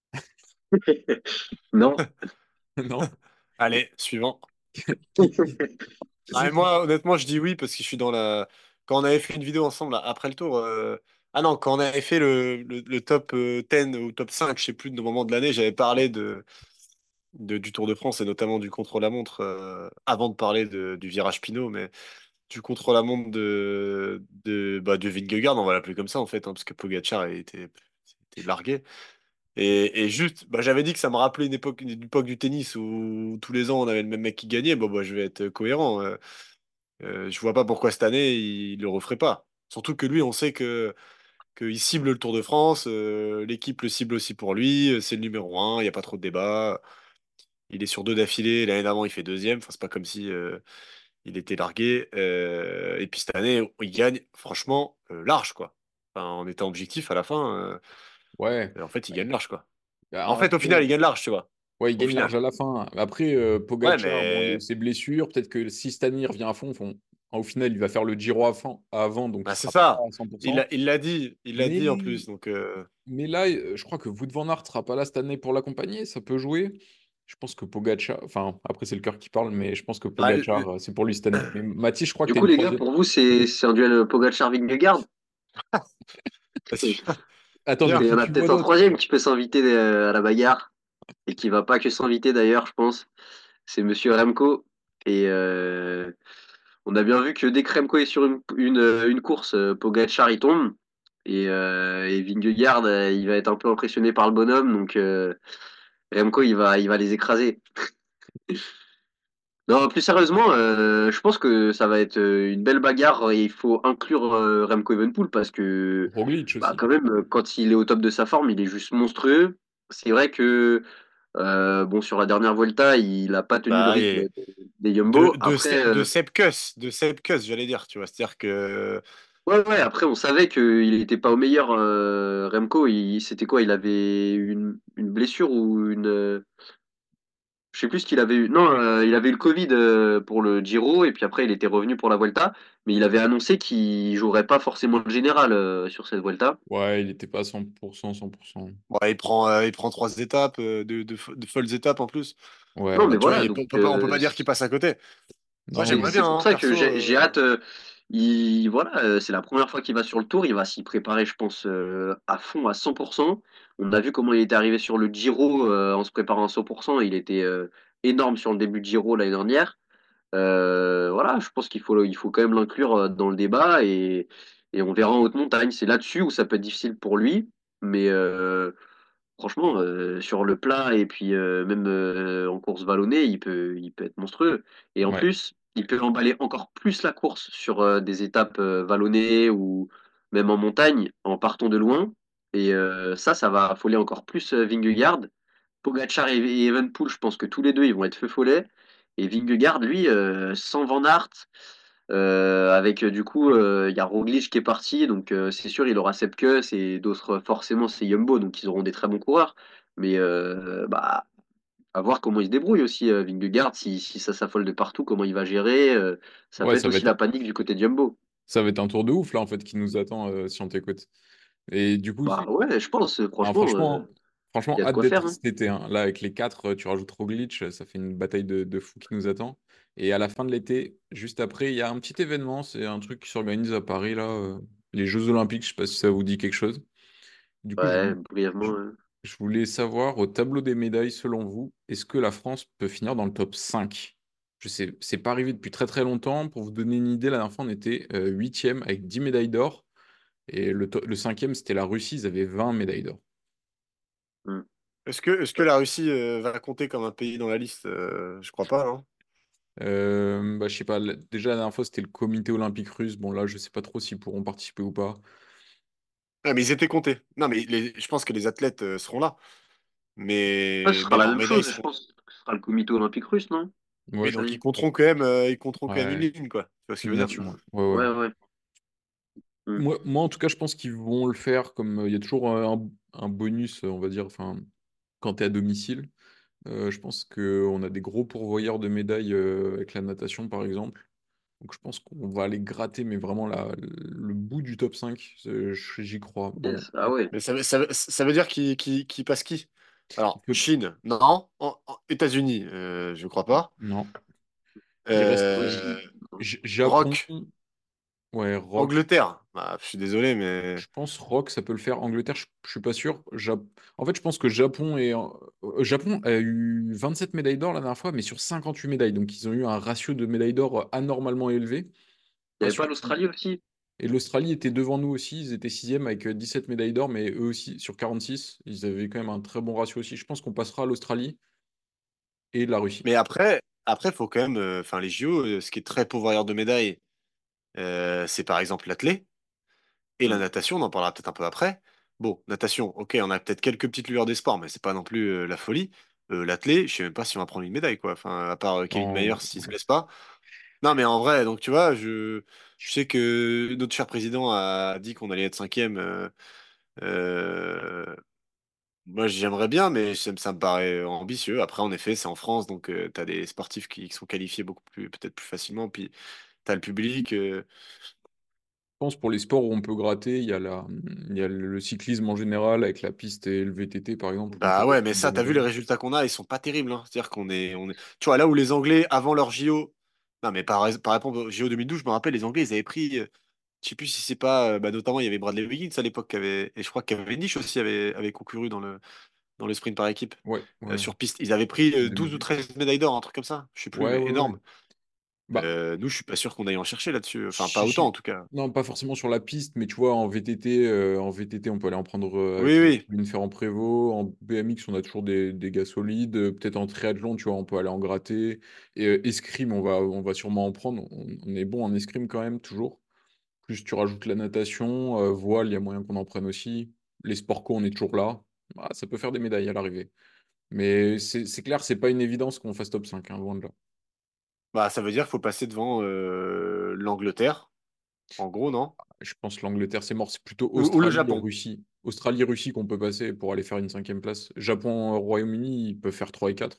Non. Non? Allez, suivant. Qui Ah, c'est et qui... moi, honnêtement, je dis oui parce que je suis dans la. Quand on avait fait une vidéo ensemble là, après le tour. Ah non, quand on avait fait le top 10 ou top 5, je sais plus, de moment de l'année, j'avais parlé du Tour de France et notamment du contre-la-montre avant de parler du virage Pinot, mais du contre-la-montre de Vingegaard, on va l'appeler comme ça en fait, hein, parce que Pogacar était largué. Et juste, bah, j'avais dit que ça me rappelait une époque du tennis où tous les ans on avait le même mec qui gagnait. Bon, bah, je vais être cohérent. Je vois pas pourquoi cette année il le referait pas. Surtout que lui, on sait que qu'il cible le Tour de France, l'équipe le cible aussi pour lui, c'est le numéro un, il n'y a pas trop de débat. Il est sur deux d'affilée, l'année d'avant il fait deuxième, enfin c'est pas comme si il était largué. Et puis cette année, il gagne franchement large quoi. Enfin, en étant objectif à la fin, Ouais. en fait il gagne large quoi. En fait au Après, final il gagne large, tu vois. ouais, il Au gagne large final. à la fin. Après, Ouais, Pogacar, bon, il y a eu mais ses blessures. Peut-être que si cette année il revient à fond, au final, il va faire le Giro avant, donc il bah, c'est sera pas ça. à Il 100%. l'a il l'a dit, il l'a dit en Mais plus. Donc Mais là, je crois que Wout van Aert sera pas là cette année pour l'accompagner, ça peut jouer. Je pense que Pogacar, enfin après c'est le cœur qui parle, mais je pense que bah, Pogacar, c'est pour lui cette année. Mais Mathis, je crois que Du tu as coup, une les gars, troisième. pour vous, c'est un duel Pogacar-Vingegaard? Attends, mais viens. Il y en a qui voit peut-être un d'autre? troisième qui peut s'inviter à la bagarre et qui va pas que s'inviter d'ailleurs, je pense. C'est Monsieur Remco. Et on a bien vu que dès que Remco est sur une course, Pogacar il tombe. Et Vingegaard, il va être un peu impressionné par le bonhomme, donc Remco il va les écraser. Non, plus sérieusement, je pense que ça va être une belle bagarre et il faut inclure Remco Evenepoel parce que, Roglic bah, aussi. quand même, quand il est au top de sa forme, il est juste monstrueux. C'est vrai que, bon, sur la dernière Vuelta, il a pas tenu le Bah, rythme et des Jumbo. Après, De Sepp Kuss, j'allais dire, tu vois. C'est-à-dire que. ouais, ouais, après, on savait qu'il n'était pas au meilleur. Remco, c'était quoi? Il avait une blessure ou une. Je sais plus ce qu'il avait eu. Non, il avait eu le Covid pour le Giro et puis après il était revenu pour la Vuelta, mais il avait annoncé qu'il jouerait pas forcément le général sur cette Vuelta. Ouais, il n'était pas à 100%, 100%. Ouais, il prend trois étapes, de folles étapes en plus. Non, Ouais, mais Bah, tu vois, voilà, donc on peut pas dire qu'il passe à côté. Moi, non, j'aimerais c'est bien, pour hein, ça que perso. j'ai hâte. Voilà, c'est la première fois qu'il va sur le Tour, il va s'y préparer, je pense, à fond, à 100%. On a vu comment il était arrivé sur le Giro en se préparant à 100%. Il était énorme sur le début de Giro l'année dernière. Voilà, je pense il faut quand même l'inclure dans le débat et on verra en haute montagne. C'est là-dessus où ça peut être difficile pour lui, mais franchement, sur le plat et puis même en course vallonnée, il peut être monstrueux. Et en ouais, plus, il peut emballer encore plus la course sur des étapes vallonnées ou même en montagne en partant de loin. Et ça va affoler encore plus Vingegaard. Pogacar et Evenepoel, je pense que tous les deux, ils vont être feu follet. Et Vingegaard, lui, sans Van Aert, avec du coup, il y a Roglic qui est parti, donc c'est sûr, il aura Sepkus et d'autres, forcément, c'est Jumbo, donc ils auront des très bons coureurs. Mais bah, à voir comment il se débrouille aussi, Vingegaard, si ça s'affole de partout, comment il va gérer. Ça ouais, peut être aussi la panique du côté de Jumbo. ça va être un tour de ouf là en fait qui nous attend si on t'écoute. Et du coup, Bah ouais, je pense, non, franchement, franchement, il y a de hâte quoi faire, d'être hein. cet été, hein. Là, avec les quatre, tu rajoutes Roglic, ça fait une bataille de fou qui nous attend. Et à la fin de l'été, juste après, il y a un petit événement, c'est un truc qui s'organise à Paris, là, les Jeux Olympiques, je sais pas si ça vous dit quelque chose. Du coup, Ouais, je, brièvement. je voulais savoir, au tableau des médailles, selon vous, est-ce que la France peut finir dans le top 5? Je sais, c'est pas arrivé depuis très très longtemps. Pour vous donner une idée, la dernière fois, on était huitième avec 10 médailles d'or. Et le cinquième, c'était la Russie, ils avaient 20 médailles d'or. Hmm. Est-ce que la Russie va compter comme un pays dans la liste? Je crois pas, non? Bah, je sais pas, déjà la dernière fois c'était le comité olympique russe. Bon là je sais pas trop s'ils pourront participer ou pas. Ah, mais ils étaient comptés. Non, mais je pense que les athlètes seront là. Ouais, ce sera Mais la en même médaille, ils chose, je seront. pense que ce sera le comité olympique russe, non? Ouais, Oui, Ça donc y est. ils compteront quand même une ouais, ligne, quoi. Tu vois ce que je veux bien dire? sûr. Ouais, ouais. Ouais, ouais. Hmm. Moi en tout cas je pense qu'ils vont le faire comme il y a toujours un bonus, on va dire, enfin, quand tu es à domicile. Je pense qu'on a des gros pourvoyeurs de médailles avec la natation par exemple. Donc je pense qu'on va aller gratter, mais vraiment le bout du top 5 j'y crois. Bon, Yes. Ah ouais. Mais ça veut dire qui passe qui? il Alors, peut... Chine, non. États-Unis, je crois pas. Non. Il reste Euh, Russie. Japon, Rock, ouais, Rock. Angleterre. Bah, je suis désolé, mais. Je pense Rock, ça peut le faire. Angleterre, je suis pas sûr. En fait, je pense que Japon a eu 27 médailles d'or la dernière fois, mais sur 58 médailles. Donc, ils ont eu un ratio de médailles d'or anormalement élevé. Il n'y Pas avait pas sûr l'Australie aussi? Et l'Australie était devant nous aussi. Ils étaient sixième avec 17 médailles d'or, mais eux aussi, sur 46, ils avaient quand même un très bon ratio aussi. Je pense qu'on passera à l'Australie et la Russie. Mais après, faut quand même. Enfin, les JO, ce qui est très pourvoyeur de médailles, c'est par exemple l'athlé. Et la Hmm. natation, on en parlera peut-être un peu après. Bon, natation, ok, on a peut-être quelques petites lueurs d'espoir, mais c'est pas non plus la folie. L'athlé, je sais même pas si on va prendre une médaille, quoi. Enfin, à part Kevin Mayer En... s'il se blesse pas. Non, mais en vrai, donc tu vois, je sais que notre cher président a dit qu'on allait être cinquième. Euh, Moi, j'aimerais bien, mais ça me paraît ambitieux. Après, en effet, c'est en France, donc t'as des sportifs qui sont qualifiés beaucoup plus, peut-être plus facilement. Puis t'as le public. Je pense pour les sports où on peut gratter, il y a le cyclisme en général avec la piste et le VTT par exemple, où on peut Bah ouais, gratter mais une belle ça, t'as vu les médaille. résultats qu'on a, ils sont pas terribles, hein. C'est-à-dire tu vois, là où les Anglais, avant leur JO, non, mais par exemple, au JO 2012, je me rappelle, les Anglais, ils avaient pris, je sais plus si c'est pas, bah, notamment, il y avait Bradley Wiggins à l'époque, et je crois que Cavendish aussi avait concouru dans le sprint par équipe, Ouais, ouais, sur piste. Ils avaient pris 12 ou 2008. 13 médailles d'or, un truc comme ça, je sais plus, Ouais, mais ouais, ouais. énorme. Bah, Nous, je suis pas sûr qu'on aille en chercher là-dessus. Enfin, pas si, autant en si. tout cas. Non, pas forcément sur la piste, mais tu vois, en VTT, on peut aller en prendre Oui, avec oui. une Ferrand-Prévot. En BMX, on a toujours des gars solides. Peut-être en triathlon, tu vois, on peut aller en gratter. Et escrime, on va sûrement en prendre. On est bon en escrime quand même, toujours. Plus tu rajoutes la natation, voile, il y a moyen qu'on en prenne aussi. Les sports co, on est toujours là. Ah, ça peut faire des médailles à l'arrivée. Mais c'est clair, c'est pas une évidence qu'on fasse top 5, hein, loin de là. Bah, ça veut dire qu'il faut passer devant l'Angleterre, en gros, non? Je pense que l'Angleterre, c'est mort. C'est plutôt Ou le Australie, Japon. Russie. Australie, Russie qu'on peut passer pour aller faire une cinquième place. Japon, Royaume-Uni, ils peuvent faire 3 et 4.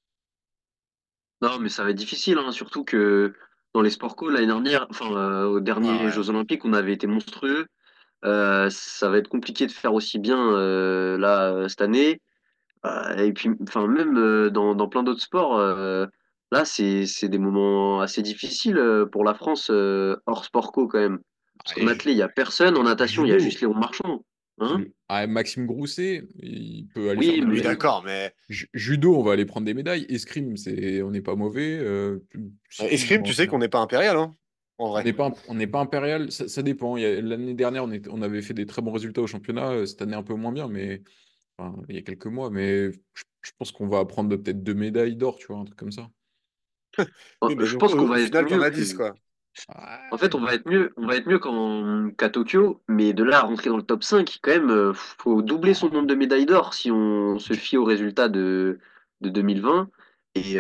Non, mais ça va être difficile, hein, surtout que dans les sports co, l'année dernière, enfin, aux Ah derniers ouais. Jeux Olympiques, on avait été monstrueux. Ça va être compliqué de faire aussi bien là cette année. Et puis, enfin, même dans plein d'autres sports, là, c'est des moments assez difficiles pour la France hors sport co quand même. Parce qu'en Allez, athlée, il y a personne. En natation, il y a juste judo. Léon Marchand. Hein? Maxime Grousset, il peut aller faire Oui, des Oui, médailles. mais d'accord, mais Judo, on va aller prendre des médailles. Escrime, on n'est pas mauvais. Cyclisme, escrime, tu sais qu'on n'est pas impérial, hein, en on vrai. n'est pas impérial. Ça dépend. L'année dernière, on avait fait des très bons résultats au championnat. Cette année, un peu moins bien, mais enfin, il y a quelques mois. Mais je pense qu'on va prendre peut-être 2 médailles d'or, tu vois, un truc comme ça. Oui, mais je donc pense qu'on au va être final, t'en mieux as que. 10 quoi. En fait, on va être mieux qu'à Tokyo, mais de là à rentrer dans le top 5, quand même, faut doubler son nombre de médailles d'or si on se Je- fie aux résultats de 2020. Et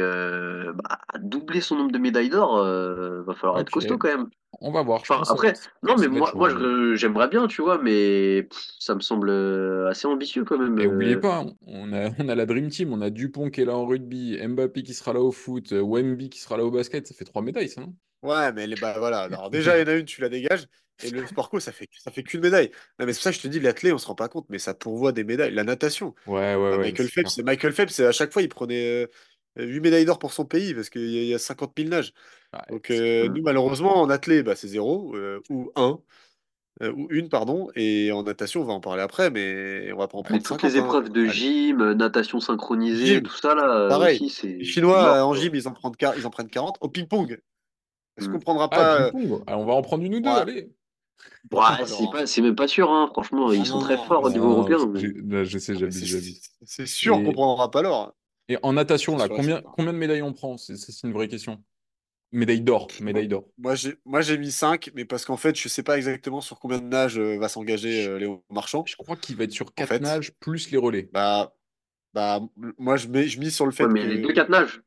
doubler son nombre de médailles d'or, va falloir être Ok, costaud quand même. on va voir. Je Enfin, pense que après, non, mais ça va être moi jouable. j'aimerais bien, tu vois, mais ça me semble assez ambitieux quand même. Et oubliez pas, hein, on a la Dream Team. On a Dupont qui est là en rugby, Mbappé qui sera là au foot, Wemby qui sera là au basket. Ça fait 3 médailles, ça, non? Ouais, mais bah voilà. Alors déjà, il y en a une, tu la dégages. Et le sport co, ça fait qu'une médaille. Non, mais c'est pour ça que je te dis, l'athlé, on se rend pas compte, mais ça pourvoit des médailles. La natation. Ouais, ouais, Ah, ouais, c'est clair. Michael Phelps, à chaque fois, il prenait 8 médailles d'or pour son pays parce qu'il y a 50 000 nages. Ouais, Donc, c'est clair. Mm. nous, malheureusement, en athlé, bah, c'est zéro, ou un, ou une, pardon. Et en natation, on va en parler après, mais on va pas en Mais prendre toutes les 50, hein. épreuves de Allez. gym, natation synchronisée, Gym, tout ça là pareil. aussi, Les c'est Chinois, mort, en quoi. gym, ils en prennent 40. Au ping-pong, est-ce qu'on Mm. prendra Ah, pas. ping-pong. Ah, on va en prendre une ou deux, Ouais, allez. Ouais, alors, hein. c'est même pas sûr, hein. Franchement, ils Ah sont non, très non, forts mais au niveau Non, européen. Mais là, je sais, ah, mais j'abuse, j'abuse. c'est sûr qu'on Et, prendra pas l'or, hein. et en natation, C'est là, sûr et combien, certain. combien de médailles on prend? C'est une vraie question. Médaille d'or, Moi, médaille d'or. moi, j'ai mis 5, mais parce qu'en fait, je sais pas exactement sur combien de nages va s'engager Je, Léo Marchand. je crois qu'il va être sur En 4 fait, nages plus les relais. bah, bah, moi, je mise sur le ouais, fait mais les deux que. quatre nages.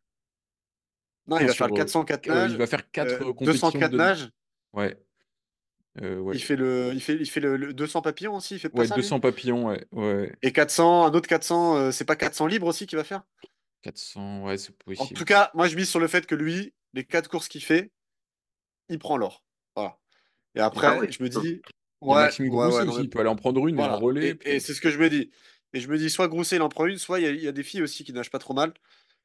Non, il Non, va faire le 404 il nages, va faire 4 compétitions 204 de. nages. Ouais, ouais. Il fait le 200 papillons aussi, il fait pas Ouais, ça, lui? 200 papillons, ouais, ouais. Et 400, un autre 400, c'est pas 400 libres aussi qu'il va faire? 400, ouais, c'est En tout possible. cas, moi, je mise sur le fait que lui, les 4 courses qu'il fait, il prend l'or. Voilà. Et Ah après, ouais, je me putain. dis, Il y a ouais, Maxime ouais, Grousset ouais, non, aussi, mais il peut aller en prendre une et en voilà. relais, Et peut-être. c'est ce que je me dis. Et je me dis, soit Grousset, il en prend une, soit il y a des filles aussi qui nagent pas trop mal.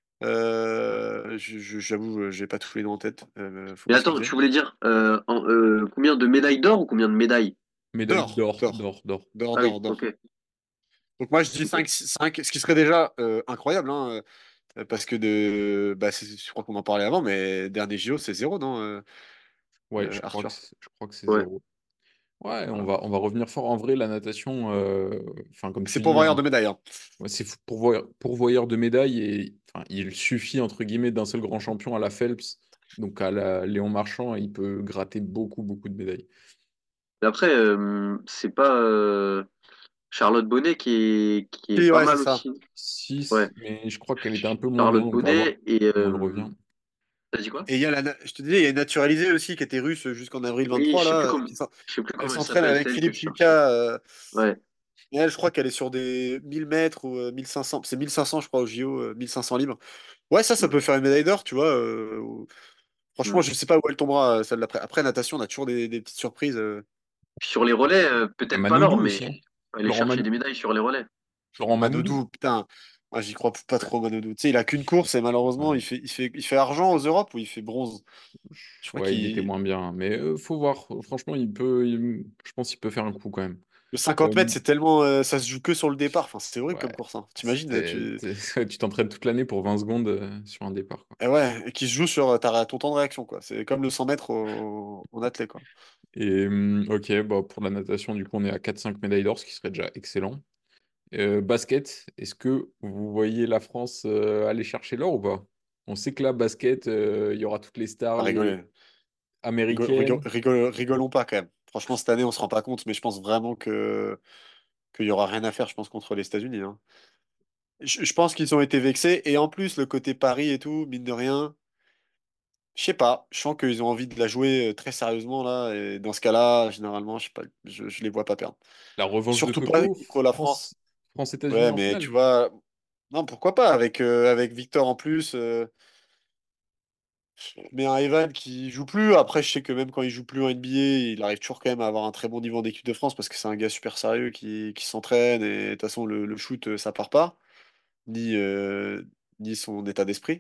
J'avoue, j'ai pas tous les noms en tête, faut Mais pas se le attends, dire. tu voulais dire combien de médailles d'or ou combien de médailles? Médaille D'or, d'or, d'or, d'or, d'or. d'or, Ah oui, d'or, ok. d'or. Donc moi, je dis Ok. 5, 5, ce qui serait déjà incroyable, hein, parce que bah, je crois qu'on en parlait avant, mais dernier JO, c'est zéro, non, Ouais, je crois que Arthur? c'est Ouais. 0. Ouais, on Voilà. va, on va revenir fort. En vrai, la natation, enfin, comme C'est tu dis, pourvoyeur de médailles, hein. ouais, c'est pourvoyeur de médailles et enfin, il suffit, entre guillemets, d'un seul grand champion à la Phelps, donc à la Léon Marchand, et il peut gratter beaucoup, beaucoup de médailles. Mais après, c'est pas Charlotte Bonnet qui est Si, pas ouais, c'est mal ça. aussi. Ouais. 6, mais je crois qu'elle était un peu moins bien, Charlotte donc à voir Bonnet et comment elle revient. t'as dit quoi? Et il y a je te disais, il y a une naturalisée aussi qui était russe jusqu'en avril Oui, 23, là. je sais plus Elle comment elle s'entraîne s'appelle, avec celle que Philippe je cherchais. Lucas. Ouais. Et elle, je crois qu'elle est sur des 1000 mètres ou 1500. C'est 1500, je crois, au JO, 1500 libres. Ouais, ça peut faire une médaille d'or, tu vois. Franchement, Mm. je sais pas où elle tombera, celle d'après. Après, natation, on a toujours des petites surprises. Puis sur les relais, Il y a peut-être pas l'or, Manodou mais aussi, hein. aller Laurent, chercher des médailles sur les relais. Manodou. Manodou, putain. Moi, j'y crois pas trop, Manodou. Tu sais, il a qu'une course et malheureusement, Ouais. il fait argent aux Europes ou il fait bronze. Je crois Ouais, il était qu'il. moins bien, mais faut voir. Franchement, je pense qu'il peut faire un coup quand même. Le 50 mètres, Euh, c'est tellement. Ça se joue que sur le départ. Enfin, c'est horrible comme ouais. course, hein. T'imagines, Tu t'entraînes toute l'année pour 20 secondes sur un départ, quoi. eh ouais, et qui se joue sur ton temps de réaction, quoi. C'est comme le 100 mètres en athlète, quoi. Et ok, bah, pour la natation, du coup, on est à 4-5 médailles d'or, ce qui serait déjà excellent. Basket, est-ce que vous voyez la France aller chercher l'or ou pas? On sait que là, basket, il y aura toutes les stars, Pas les rigoler. américaines. Rigolons pas, quand même. Franchement, cette année, on se rend pas compte, mais je pense vraiment qu'il y aura rien à faire, je pense, contre les États-Unis, hein. Je pense qu'ils ont été vexés. Et en plus, le côté Paris et tout, mine de rien, je sais pas. Je sens qu'ils ont envie de la jouer très sérieusement, là. Et dans ce cas-là, généralement, je sais pas, je les vois pas perdre. La revanche de Surtout pas Tokyo, contre la France, France. France-États-Unis Ouais, en mais tu finale. vois, non, pourquoi pas, avec Victor en plus. Mais un Evan qui joue plus, après je sais que même quand il joue plus en NBA, il arrive toujours quand même à avoir un très bon niveau en équipe de France parce que c'est un gars super sérieux qui s'entraîne et de toute façon le shoot ça part pas, ni, ni son état d'esprit.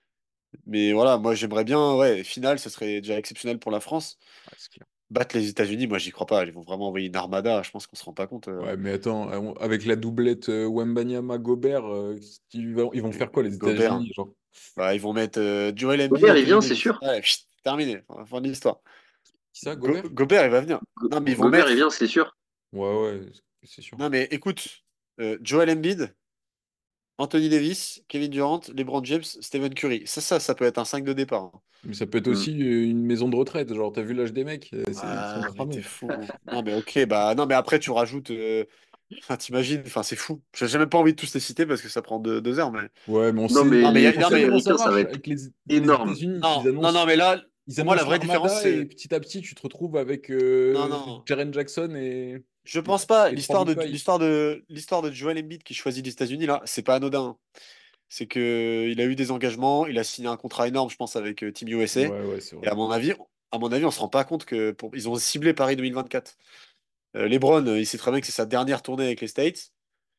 Mais voilà, moi j'aimerais bien, ouais, finale, ce serait déjà exceptionnel pour la France. Ouais, c'est clair. Battre les États-Unis, moi j'y crois pas, ils vont vraiment envoyer une armada, je pense qu'on se rend pas compte. Ouais, mais attends, avec la doublette Wembanyama-Gobert, ils vont faire quoi les Gobert, États-Unis, genre? bah, ils vont mettre Joel Embiid, Gobert, il Anthony vient, c'est Davis. sûr. Ouais, terminé, fin de l'histoire. Qui ça, Gobert? Gobert, il va venir. Non, mais ils vont Gobert, il mettre. vient, c'est sûr. Ouais, ouais, c'est sûr. Non, mais écoute, Joel Embiid, Anthony Davis, Kevin Durant, LeBron James, Stephen Curry. Ça peut être un 5 de départ, hein. Mais ça peut être Mm. aussi une maison de retraite, genre t'as vu l'âge des mecs, ils sont Ah, mais t'es cramés. fou. Non, mais ok, bah non, mais après tu rajoutes. Enfin, t'imagines, enfin, c'est fou. J'ai même pas envie de tous les citer parce que ça prend 2 heures, mais. Ouais, mais on Non, sait, mais Non, mais, les on non, sait finales mais. comment ça américaines, ça va marche être avec les énorme. États-Unis. Non, non, non, mais là, Ils pour moi, la annoncent vraie différence, l'armada et c'est. petit à petit tu te retrouves avec Non, non. Jaren Jackson Je et, pense pas. et trois big five. L'histoire de Joel Embiid qui choisit les États-Unis, là, c'est pas anodin. C'est que il a eu des engagements, il a signé un contrat énorme, je pense, avec Team USA. Ouais, ouais, c'est Et vrai. à mon avis, on se rend pas compte que ils ont ciblé Paris 2024. LeBron, il sait très bien que c'est sa dernière tournée avec les States.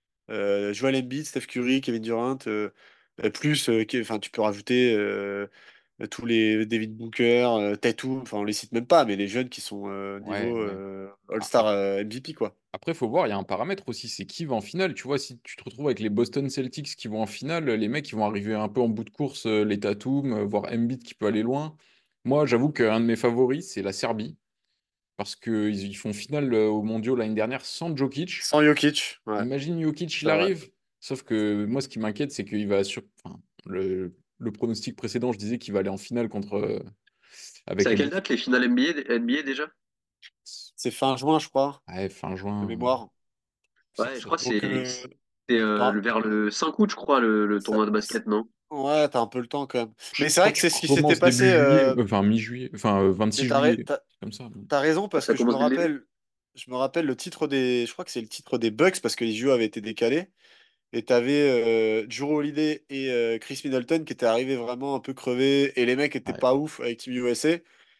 Joel Embiid, Steph Curry, Kevin Durant, plus, enfin, tu peux rajouter tous les David Booker, Tatum, enfin, on les cite même pas, mais les jeunes qui sont Ouais, niveau ouais. All-Star MVP, quoi. Après, il faut voir, il y a un paramètre aussi, c'est qui va en finale. Tu vois, si tu te retrouves avec les Boston Celtics qui vont en finale, les mecs, ils vont arriver un peu en bout de course, les Tatum, voire Embiid qui peut aller loin. Moi, j'avoue qu'un de mes favoris, c'est la Serbie, parce qu'ils font finale aux Mondiaux l'année dernière sans Jokic. Sans Jokic, ouais, Imagine Jokic, il c'est vrai. arrive. Sauf que moi, ce qui m'inquiète, c'est qu'il va sur. Enfin, le pronostic précédent, je disais qu'il va aller en finale contre. C'est Avec à quelle Embiid. date les finales NBA déjà? C'est fin juin, je crois, Ouais, fin de juin. mémoire. Ouais, je crois que Donc, c'est t'auras- vers le 5 août, je crois, le ça- tournoi de basket, non? ouais, t'as un peu le temps quand même. Je Mais c'est crois vrai que que tu c'est ce qui s'était commences début passé. juillet, enfin mi-juillet, enfin Mais 26 juillet, c'est comme ça. t'as raison Ah, parce ça que commence dès le début? je me rappelle le titre des, je crois que c'est le titre des Bucks parce que les JO avaient été décalés. Et t'avais Jrue Holiday et Chris Middleton qui étaient arrivés vraiment un peu crevés et les mecs étaient Ouais. pas ouf avec Team USA.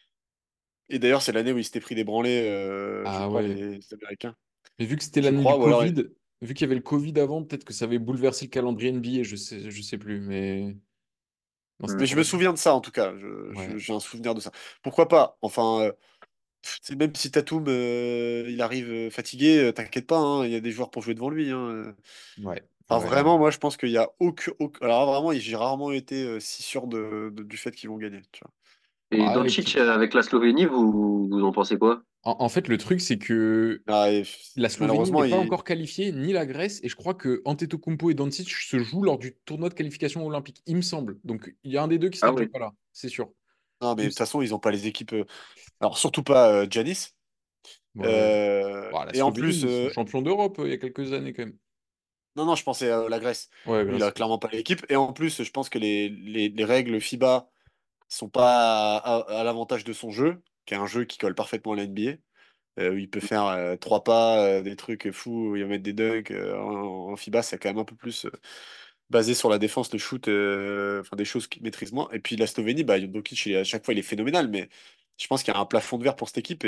Et d'ailleurs, c'est l'année où ils s'étaient pris des branlées, je Ah crois, ouais. les Américains. Mais vu que c'était Je l'année du crois, ou alors. Covid, vu qu'il y avait le Covid avant, peut-être que ça avait bouleversé le calendrier NBA, je sais plus, mais. Non, Hmm. c'était Mais je me vrai. souviens de ça en tout cas. Ouais, J'ai un souvenir de ça. Pourquoi pas? Enfin, même si Tatum il arrive fatigué, t'inquiète pas, hein, il y a des joueurs pour jouer devant lui, hein. ouais, Enfin, ouais. vraiment, moi je pense qu'il y a alors vraiment, j'ai rarement été si sûr du fait qu'ils vont gagner. Tu vois. Et Ouais, Doncic avec la Slovénie, vous en pensez quoi? en fait, le truc, c'est que Ah, la Slovénie n'est malheureusement, pas encore qualifiée, ni la Grèce, et je crois que Antetokounmpo et Doncic se jouent lors du tournoi de qualification olympique, il me semble. Donc, il y a un des deux qui Ah sera déjà oui. pas là, c'est sûr. non, mais Il de me toute s- façon, ils n'ont pas les équipes. Alors, surtout pas Giannis. Ouais. Bah, la Et en Slovénie, plus, ils sont champions d'Europe il y a quelques années quand même. non, non, je pensais à la Grèce. Ouais, Oui, il a Grèce. clairement pas l'équipe. Et en plus, je pense que les règles FIBA sont pas à l'avantage de son jeu, qui est un jeu qui colle parfaitement à la NBA. Où il peut faire trois pas, des trucs fous, où il va mettre des dunks. En FIBA, c'est quand même un peu plus basé sur la défense, le shoot, enfin des choses qu'il maîtrise moins. Et puis la Slovénie, bah, Jokic, à chaque fois, il est phénoménal, mais je pense qu'il y a un plafond de verre pour cette équipe.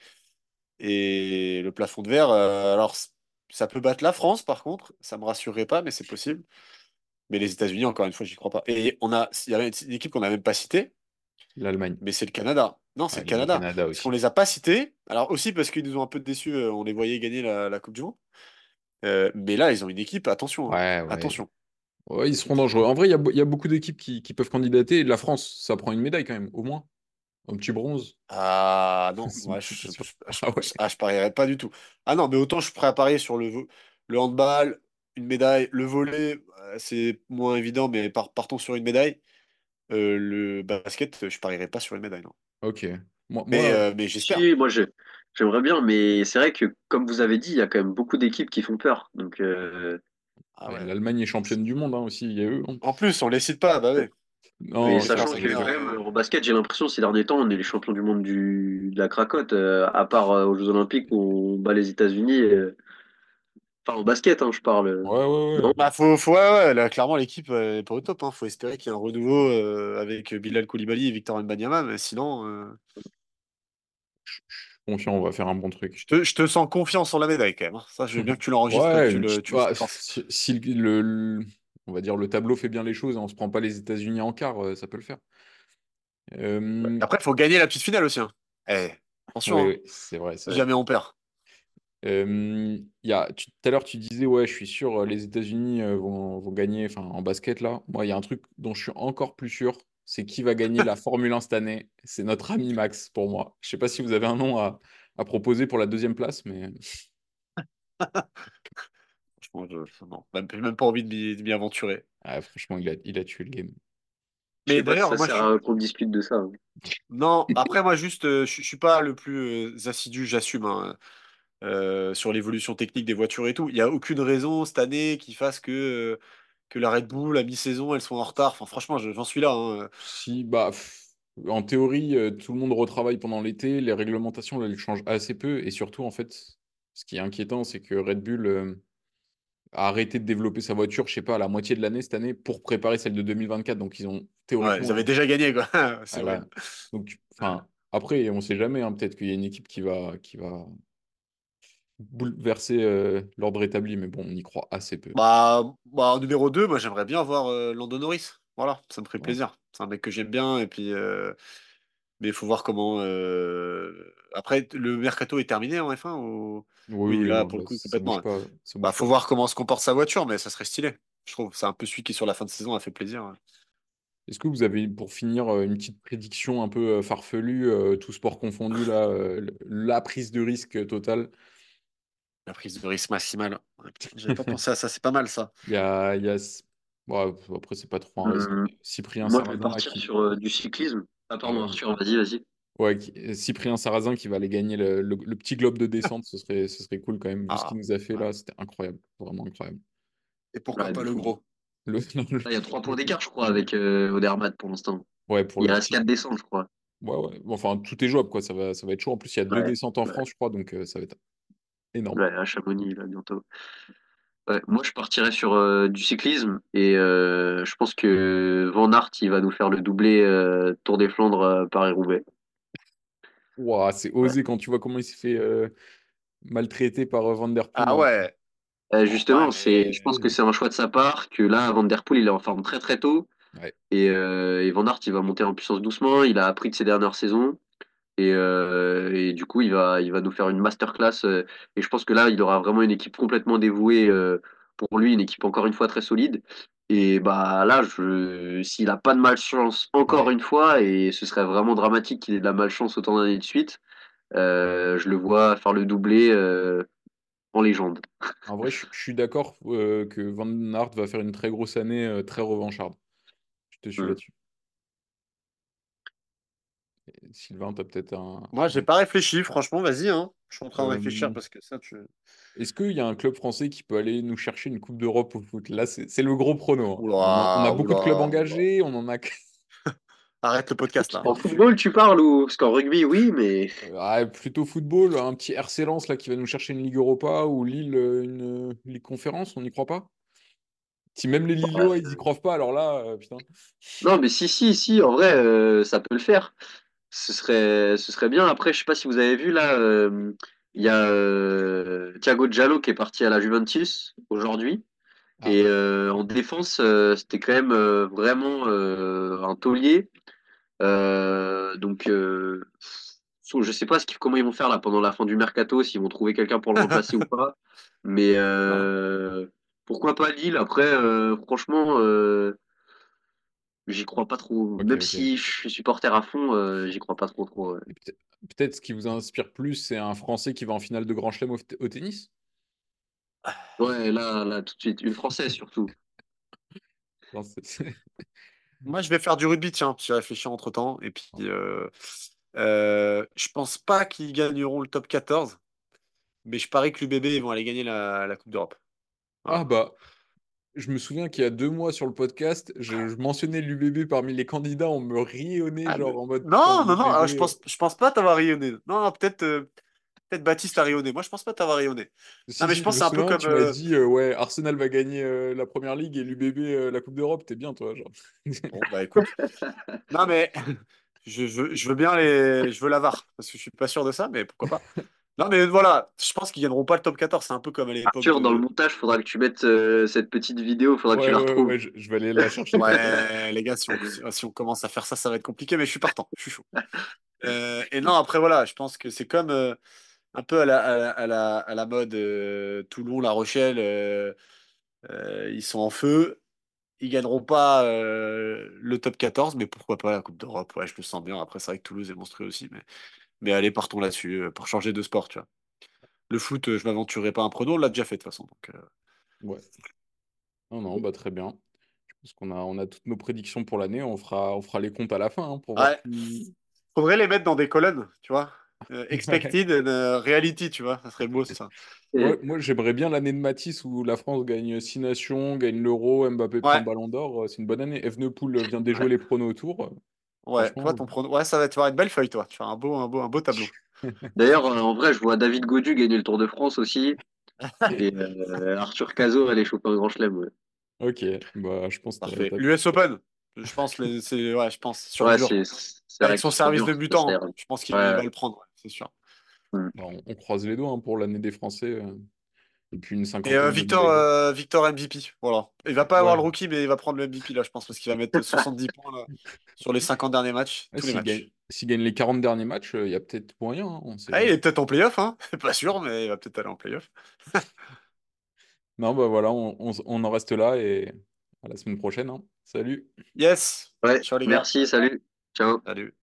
Et le plafond de verre, alors ça peut battre la France, par contre, ça me rassurerait pas, mais c'est possible. Mais les États-Unis, encore une fois, j'y crois pas. Et il y a une équipe qu'on n'a même pas citée, L'Allemagne. mais c'est le Canada. Non, c'est Ouais, le il y a le Canada. Canada Parce qu'on aussi. les a pas cités. Alors aussi parce qu'ils nous ont un peu déçus, on les voyait gagner la Coupe du Monde. Mais là, ils ont une équipe, attention, hein. Ouais, ouais. Attention. Ouais, ils seront dangereux. En vrai, il y a beaucoup d'équipes qui peuvent candidater. La France, ça prend une médaille quand même, au moins. Un petit bronze. Ah non, moi C'est pas sûr. je, Ah ouais. je parierais pas du tout. Ah non, mais autant je suis prêt à parier sur le handball, une médaille, le volley, c'est moins évident, mais partons sur une médaille. Le basket, je parierais pas sur une médaille, non. Ok. Moi, Mais j'espère. Si, j'aimerais bien, mais c'est vrai que, comme vous avez dit, il y a quand même beaucoup d'équipes qui font peur. Donc, Ah ouais, ouais. l'Allemagne est championne du monde hein, aussi. Il y a eux, hein. En plus, on les cite pas, bah ouais. mais Non, Les sachant France, c'est c'est que, quand bien. même, en basket, j'ai l'impression, ces derniers temps, on est les champions du monde de la cracotte, à part aux Jeux Olympiques où on bat les États-Unis. Enfin, au basket, hein, je parle. Ouais, ouais, Non? ouais. Bah ouais, ouais, là, clairement, l'équipe est pas au top, hein. Faut espérer qu'il y ait un renouveau avec Bilal Koulibaly et Victor Wembanyama, mais sinon, Confiant, on va faire un bon truc. je te sens confiant sur la médaille quand même, hein. Ça, je veux bien que tu l'enregistres et que Ouais, une petite. tu le Bah, sortes. si on va dire le tableau fait bien les choses, et on se prend pas les États-Unis en quart, ça peut le faire. Euh, Après, il faut gagner la petite finale aussi, hein. Eh, attention, ouais, hein. ouais, c'est vrai, c'est Si vrai. jamais on perd. Tout à l'heure, tu disais, ouais, je suis sûr, les États-Unis vont gagner, enfin, en basket, là. Moi, il y a un truc dont je suis encore plus sûr, c'est qui va gagner la Formule 1 cette année. C'est notre ami Max, pour moi. Je sais pas si vous avez un nom à proposer pour la deuxième place, mais Franchement, non, j'ai même pas envie de m'y aventurer. franchement, il a tué le game. Je Mais sais pas si d'ailleurs, ça moi, je sert suis. à qu'on discute de ça, hein. Non, après, moi, juste, je suis pas le plus assidu, j'assume, hein, sur l'évolution technique des voitures et tout. Il n'y a aucune raison cette année qui fasse que la Red Bull, à mi-saison, elles sont en retard. Enfin, franchement, j'en suis là, hein. Si, bah, en théorie, tout le monde retravaille pendant l'été, les réglementations, là, elles changent assez peu, et surtout, en fait, ce qui est inquiétant, c'est que Red Bull a arrêté de développer sa voiture, je sais pas, à la moitié de l'année cette année pour préparer celle de 2024. Donc, ils ont Ouais, ils théoriquement. avaient déjà gagné, quoi. C'est Voilà. horrible. Donc, enfin, après, on sait jamais, hein, peut-être qu'il y a une équipe qui va bouleverser l'ordre établi, mais bon, on y croit assez peu. En numéro 2, moi, j'aimerais bien voir Lando Norris. Voilà, ça me ferait Ouais. plaisir. C'est un mec que j'aime bien, et puis, mais il faut voir comment. Après, le mercato est terminé en F1 ou. Oui, Oui, oui, là, non, pour le là, coup, ça complètement, bouge ouais. pas, ça Bah, bouge faut pas. voir comment se comporte sa voiture, mais ça serait stylé. Je trouve c'est un peu celui qui, sur la fin de saison, a fait plaisir, ouais. Est-ce que vous avez, pour finir, une petite prédiction un peu farfelue, tout sport confondu, là, la prise de risque totale? La prise de risque maximale. Ouais, putain, j'avais pas pensé à ça, c'est pas mal ça. Il y a... Bon, après, c'est pas trop un risque, Hum, mais Cyprien Moi, je vais Sarrazin, là, partir qui... sur du cyclisme. Ah, Ah pardon, ouais, Arthur, vas-y, vas-y. ouais, Cyprien Sarrazin qui va aller gagner le petit globe de descente, ce serait cool quand même, vu ce qu'il Ah, nous a fait ouais. là, c'était incroyable, vraiment incroyable. Et pourquoi Ouais, pas de le fou. gros? Non, Là, il y a 3 points d'écart, je crois, avec Odermatt pour l'instant. ouais, pour Il le reste petit. 4 descentes, je crois. Ouais, ouais. Bon, enfin, tout est jouable, quoi, ça va être chaud. En plus, il y a deux Ouais, descentes en ouais, France, je crois, donc ça va être énorme. ouais, à Chamonix, là, bientôt. Ouais, moi, je partirais sur du cyclisme et je pense que Van Aert, il va nous faire le doublé Tour des Flandres Paris-Roubaix. Ouah, c'est Ouais. osé quand tu vois comment il s'est fait maltraiter par Van Der Poel Ah en plus. ouais. Ouais, Justement, je pense que mais. c'est un choix de sa part, que là, Van Der Poel, il est en forme très très tôt Ouais. et Van Aert, il va monter en puissance doucement. Il a appris de ses dernières saisons. Et du coup, il va nous faire une masterclass. Et je pense que là, il aura vraiment une équipe complètement dévouée pour lui, une équipe encore une fois très solide. Et bah là, s'il a pas de malchance encore Ouais. une fois, et ce serait vraiment dramatique qu'il ait de la malchance autant d'années de suite, je le vois faire le doublé en légende. En vrai, je suis d'accord que Van Aert va faire une très grosse année, très revancharde. Je te suis Mm. là-dessus. Et Sylvain, t'as peut-être Moi, j'ai pas réfléchi, franchement, vas-y, hein. Je suis en train de réfléchir Euh, parce que ça, tu. Est-ce qu'il y a un club français qui peut aller nous chercher une Coupe d'Europe au foot? Là, c'est le gros prono, hein. On a Oula, beaucoup de clubs oula, oula. engagés, on en a. Arrête le podcast là. En football, tu parles ou? Parce qu'en rugby, oui, mais Plutôt football, un petit RC Lens là, qui va nous chercher une Ligue Europa ou Lille une Ligue Conférence, on n'y croit pas? Si même les Lillois, ils y croient pas, alors là, putain. non, mais si, en vrai, ça peut le faire. Ce serait bien. Après, je sais pas si vous avez vu là, il y a Thiago Giallo qui est parti à la Juventus aujourd'hui. Ah, Et en défense, c'était quand même vraiment un taulier. Donc, je sais pas comment ils vont faire là pendant la fin du mercato, s'ils vont trouver quelqu'un pour le remplacer ou pas. Mais Non. pourquoi pas Lille? Après, franchement, j'y crois pas trop. Ok, Même ok. si je suis supporter à fond, j'y crois pas trop trop. Et peut-être ce qui vous inspire plus, c'est un Français qui va en finale de Grand Chelem au tennis? Ouais, là, tout de suite, une Française surtout. Non, Moi, je vais faire du rugby, tiens, j'ai réfléchi entre-temps. Et puis, je pense pas qu'ils gagneront le top 14, mais je parie que l'UBB, ils vont aller gagner la Coupe d'Europe. Ah Voilà. bah, je me souviens qu'il y a 2 mois sur le podcast, je mentionnais l'UBB parmi les candidats, on me riait au nez, Ah, genre en mode putain, non, non, non, l'UBB. je pense pas t'avoir rayonné. Non, non, peut-être Baptiste a rayonné. Moi, je pense pas t'avoir rayonné. Non, Si, mais je si, je pense me que c'est un peu souviens, comme. tu m'as dit, ouais, Arsenal va gagner la première ligue et l'UBB la Coupe d'Europe, t'es bien, toi, genre. Bon, bah écoute. Non, mais je veux bien je veux la VAR, parce que je suis pas sûr de ça, mais pourquoi pas. Non, mais voilà, je pense qu'ils gagneront pas le top 14. C'est un peu comme à l'époque Arthur, dans le de. montage, faudra que tu mettes cette petite vidéo, faudra que tu Ouais, la ouais, retrouves. ouais, je vais aller la chercher pour toi. Ouais, les gars, si on commence à faire ça, ça va être compliqué, mais je suis partant, je suis chaud. Et non, après, voilà, je pense que c'est comme un peu à la mode Toulon, La Rochelle, ils sont en feu. Ils gagneront pas le top 14, mais pourquoi pas la Coupe d'Europe? Ouais, je le sens bien. Après, c'est vrai que Toulouse est monstrueux aussi, mais allez, partons là-dessus pour changer de sport, tu vois. Le foot, je m'aventurerai pas un prono, on l'a déjà fait de toute façon. Donc, Ouais. Non, non, bah très bien. Je pense qu'on a toutes nos prédictions pour l'année. On fera les comptes à la fin hein, pour voir ouais, qui. faudrait les mettre dans des colonnes, tu vois. Ouais. Expected and reality, tu vois. Ça serait beau, ça. Et Moi, j'aimerais bien l'année de Matisse où la France gagne 6 nations, gagne l'Euro, Mbappé prend le Ouais, Ballon d'Or. C'est une bonne année. Evenepoel vient déjouer ouais, les pronos autour. ouais. Toi, Franchement. ton prono, ouais, ça va te faire une belle feuille, toi. Tu fais un beau tableau. d'ailleurs, en vrai, je vois David Godu gagner le Tour de France aussi. Et Arthur Cazot aller choper un grand chelem. Ouais, Ok, bah je pense que Parfait. L'US Open, ouais, je pense sur ouais dur. c'est Avec vrai que son sur service de dur, ça butant, serait. hein. Je pense qu'il Ouais. va le prendre, ouais, c'est sûr. Mm. bah, on croise les doigts hein, pour l'année des Français. Et puis une Et cinquantaine de médailles. Victor MVP, voilà. Il va pas avoir Ouais. le rookie, mais il va prendre le MVP là, je pense, parce qu'il va mettre 70 points là, sur les 50 derniers matchs, Ouais, tous les matchs. s'il gagne les 40 derniers matchs, il y a peut-être moyen, hein, on sait Ah, il jamais. est peut-être en playoff, hein. Pas sûr, mais il va peut-être aller en playoff. Non, bah voilà, on en reste là et à la semaine prochaine, hein. Salut! Yes! Ouais, Ciao les gars. merci, salut. Ciao. Salut.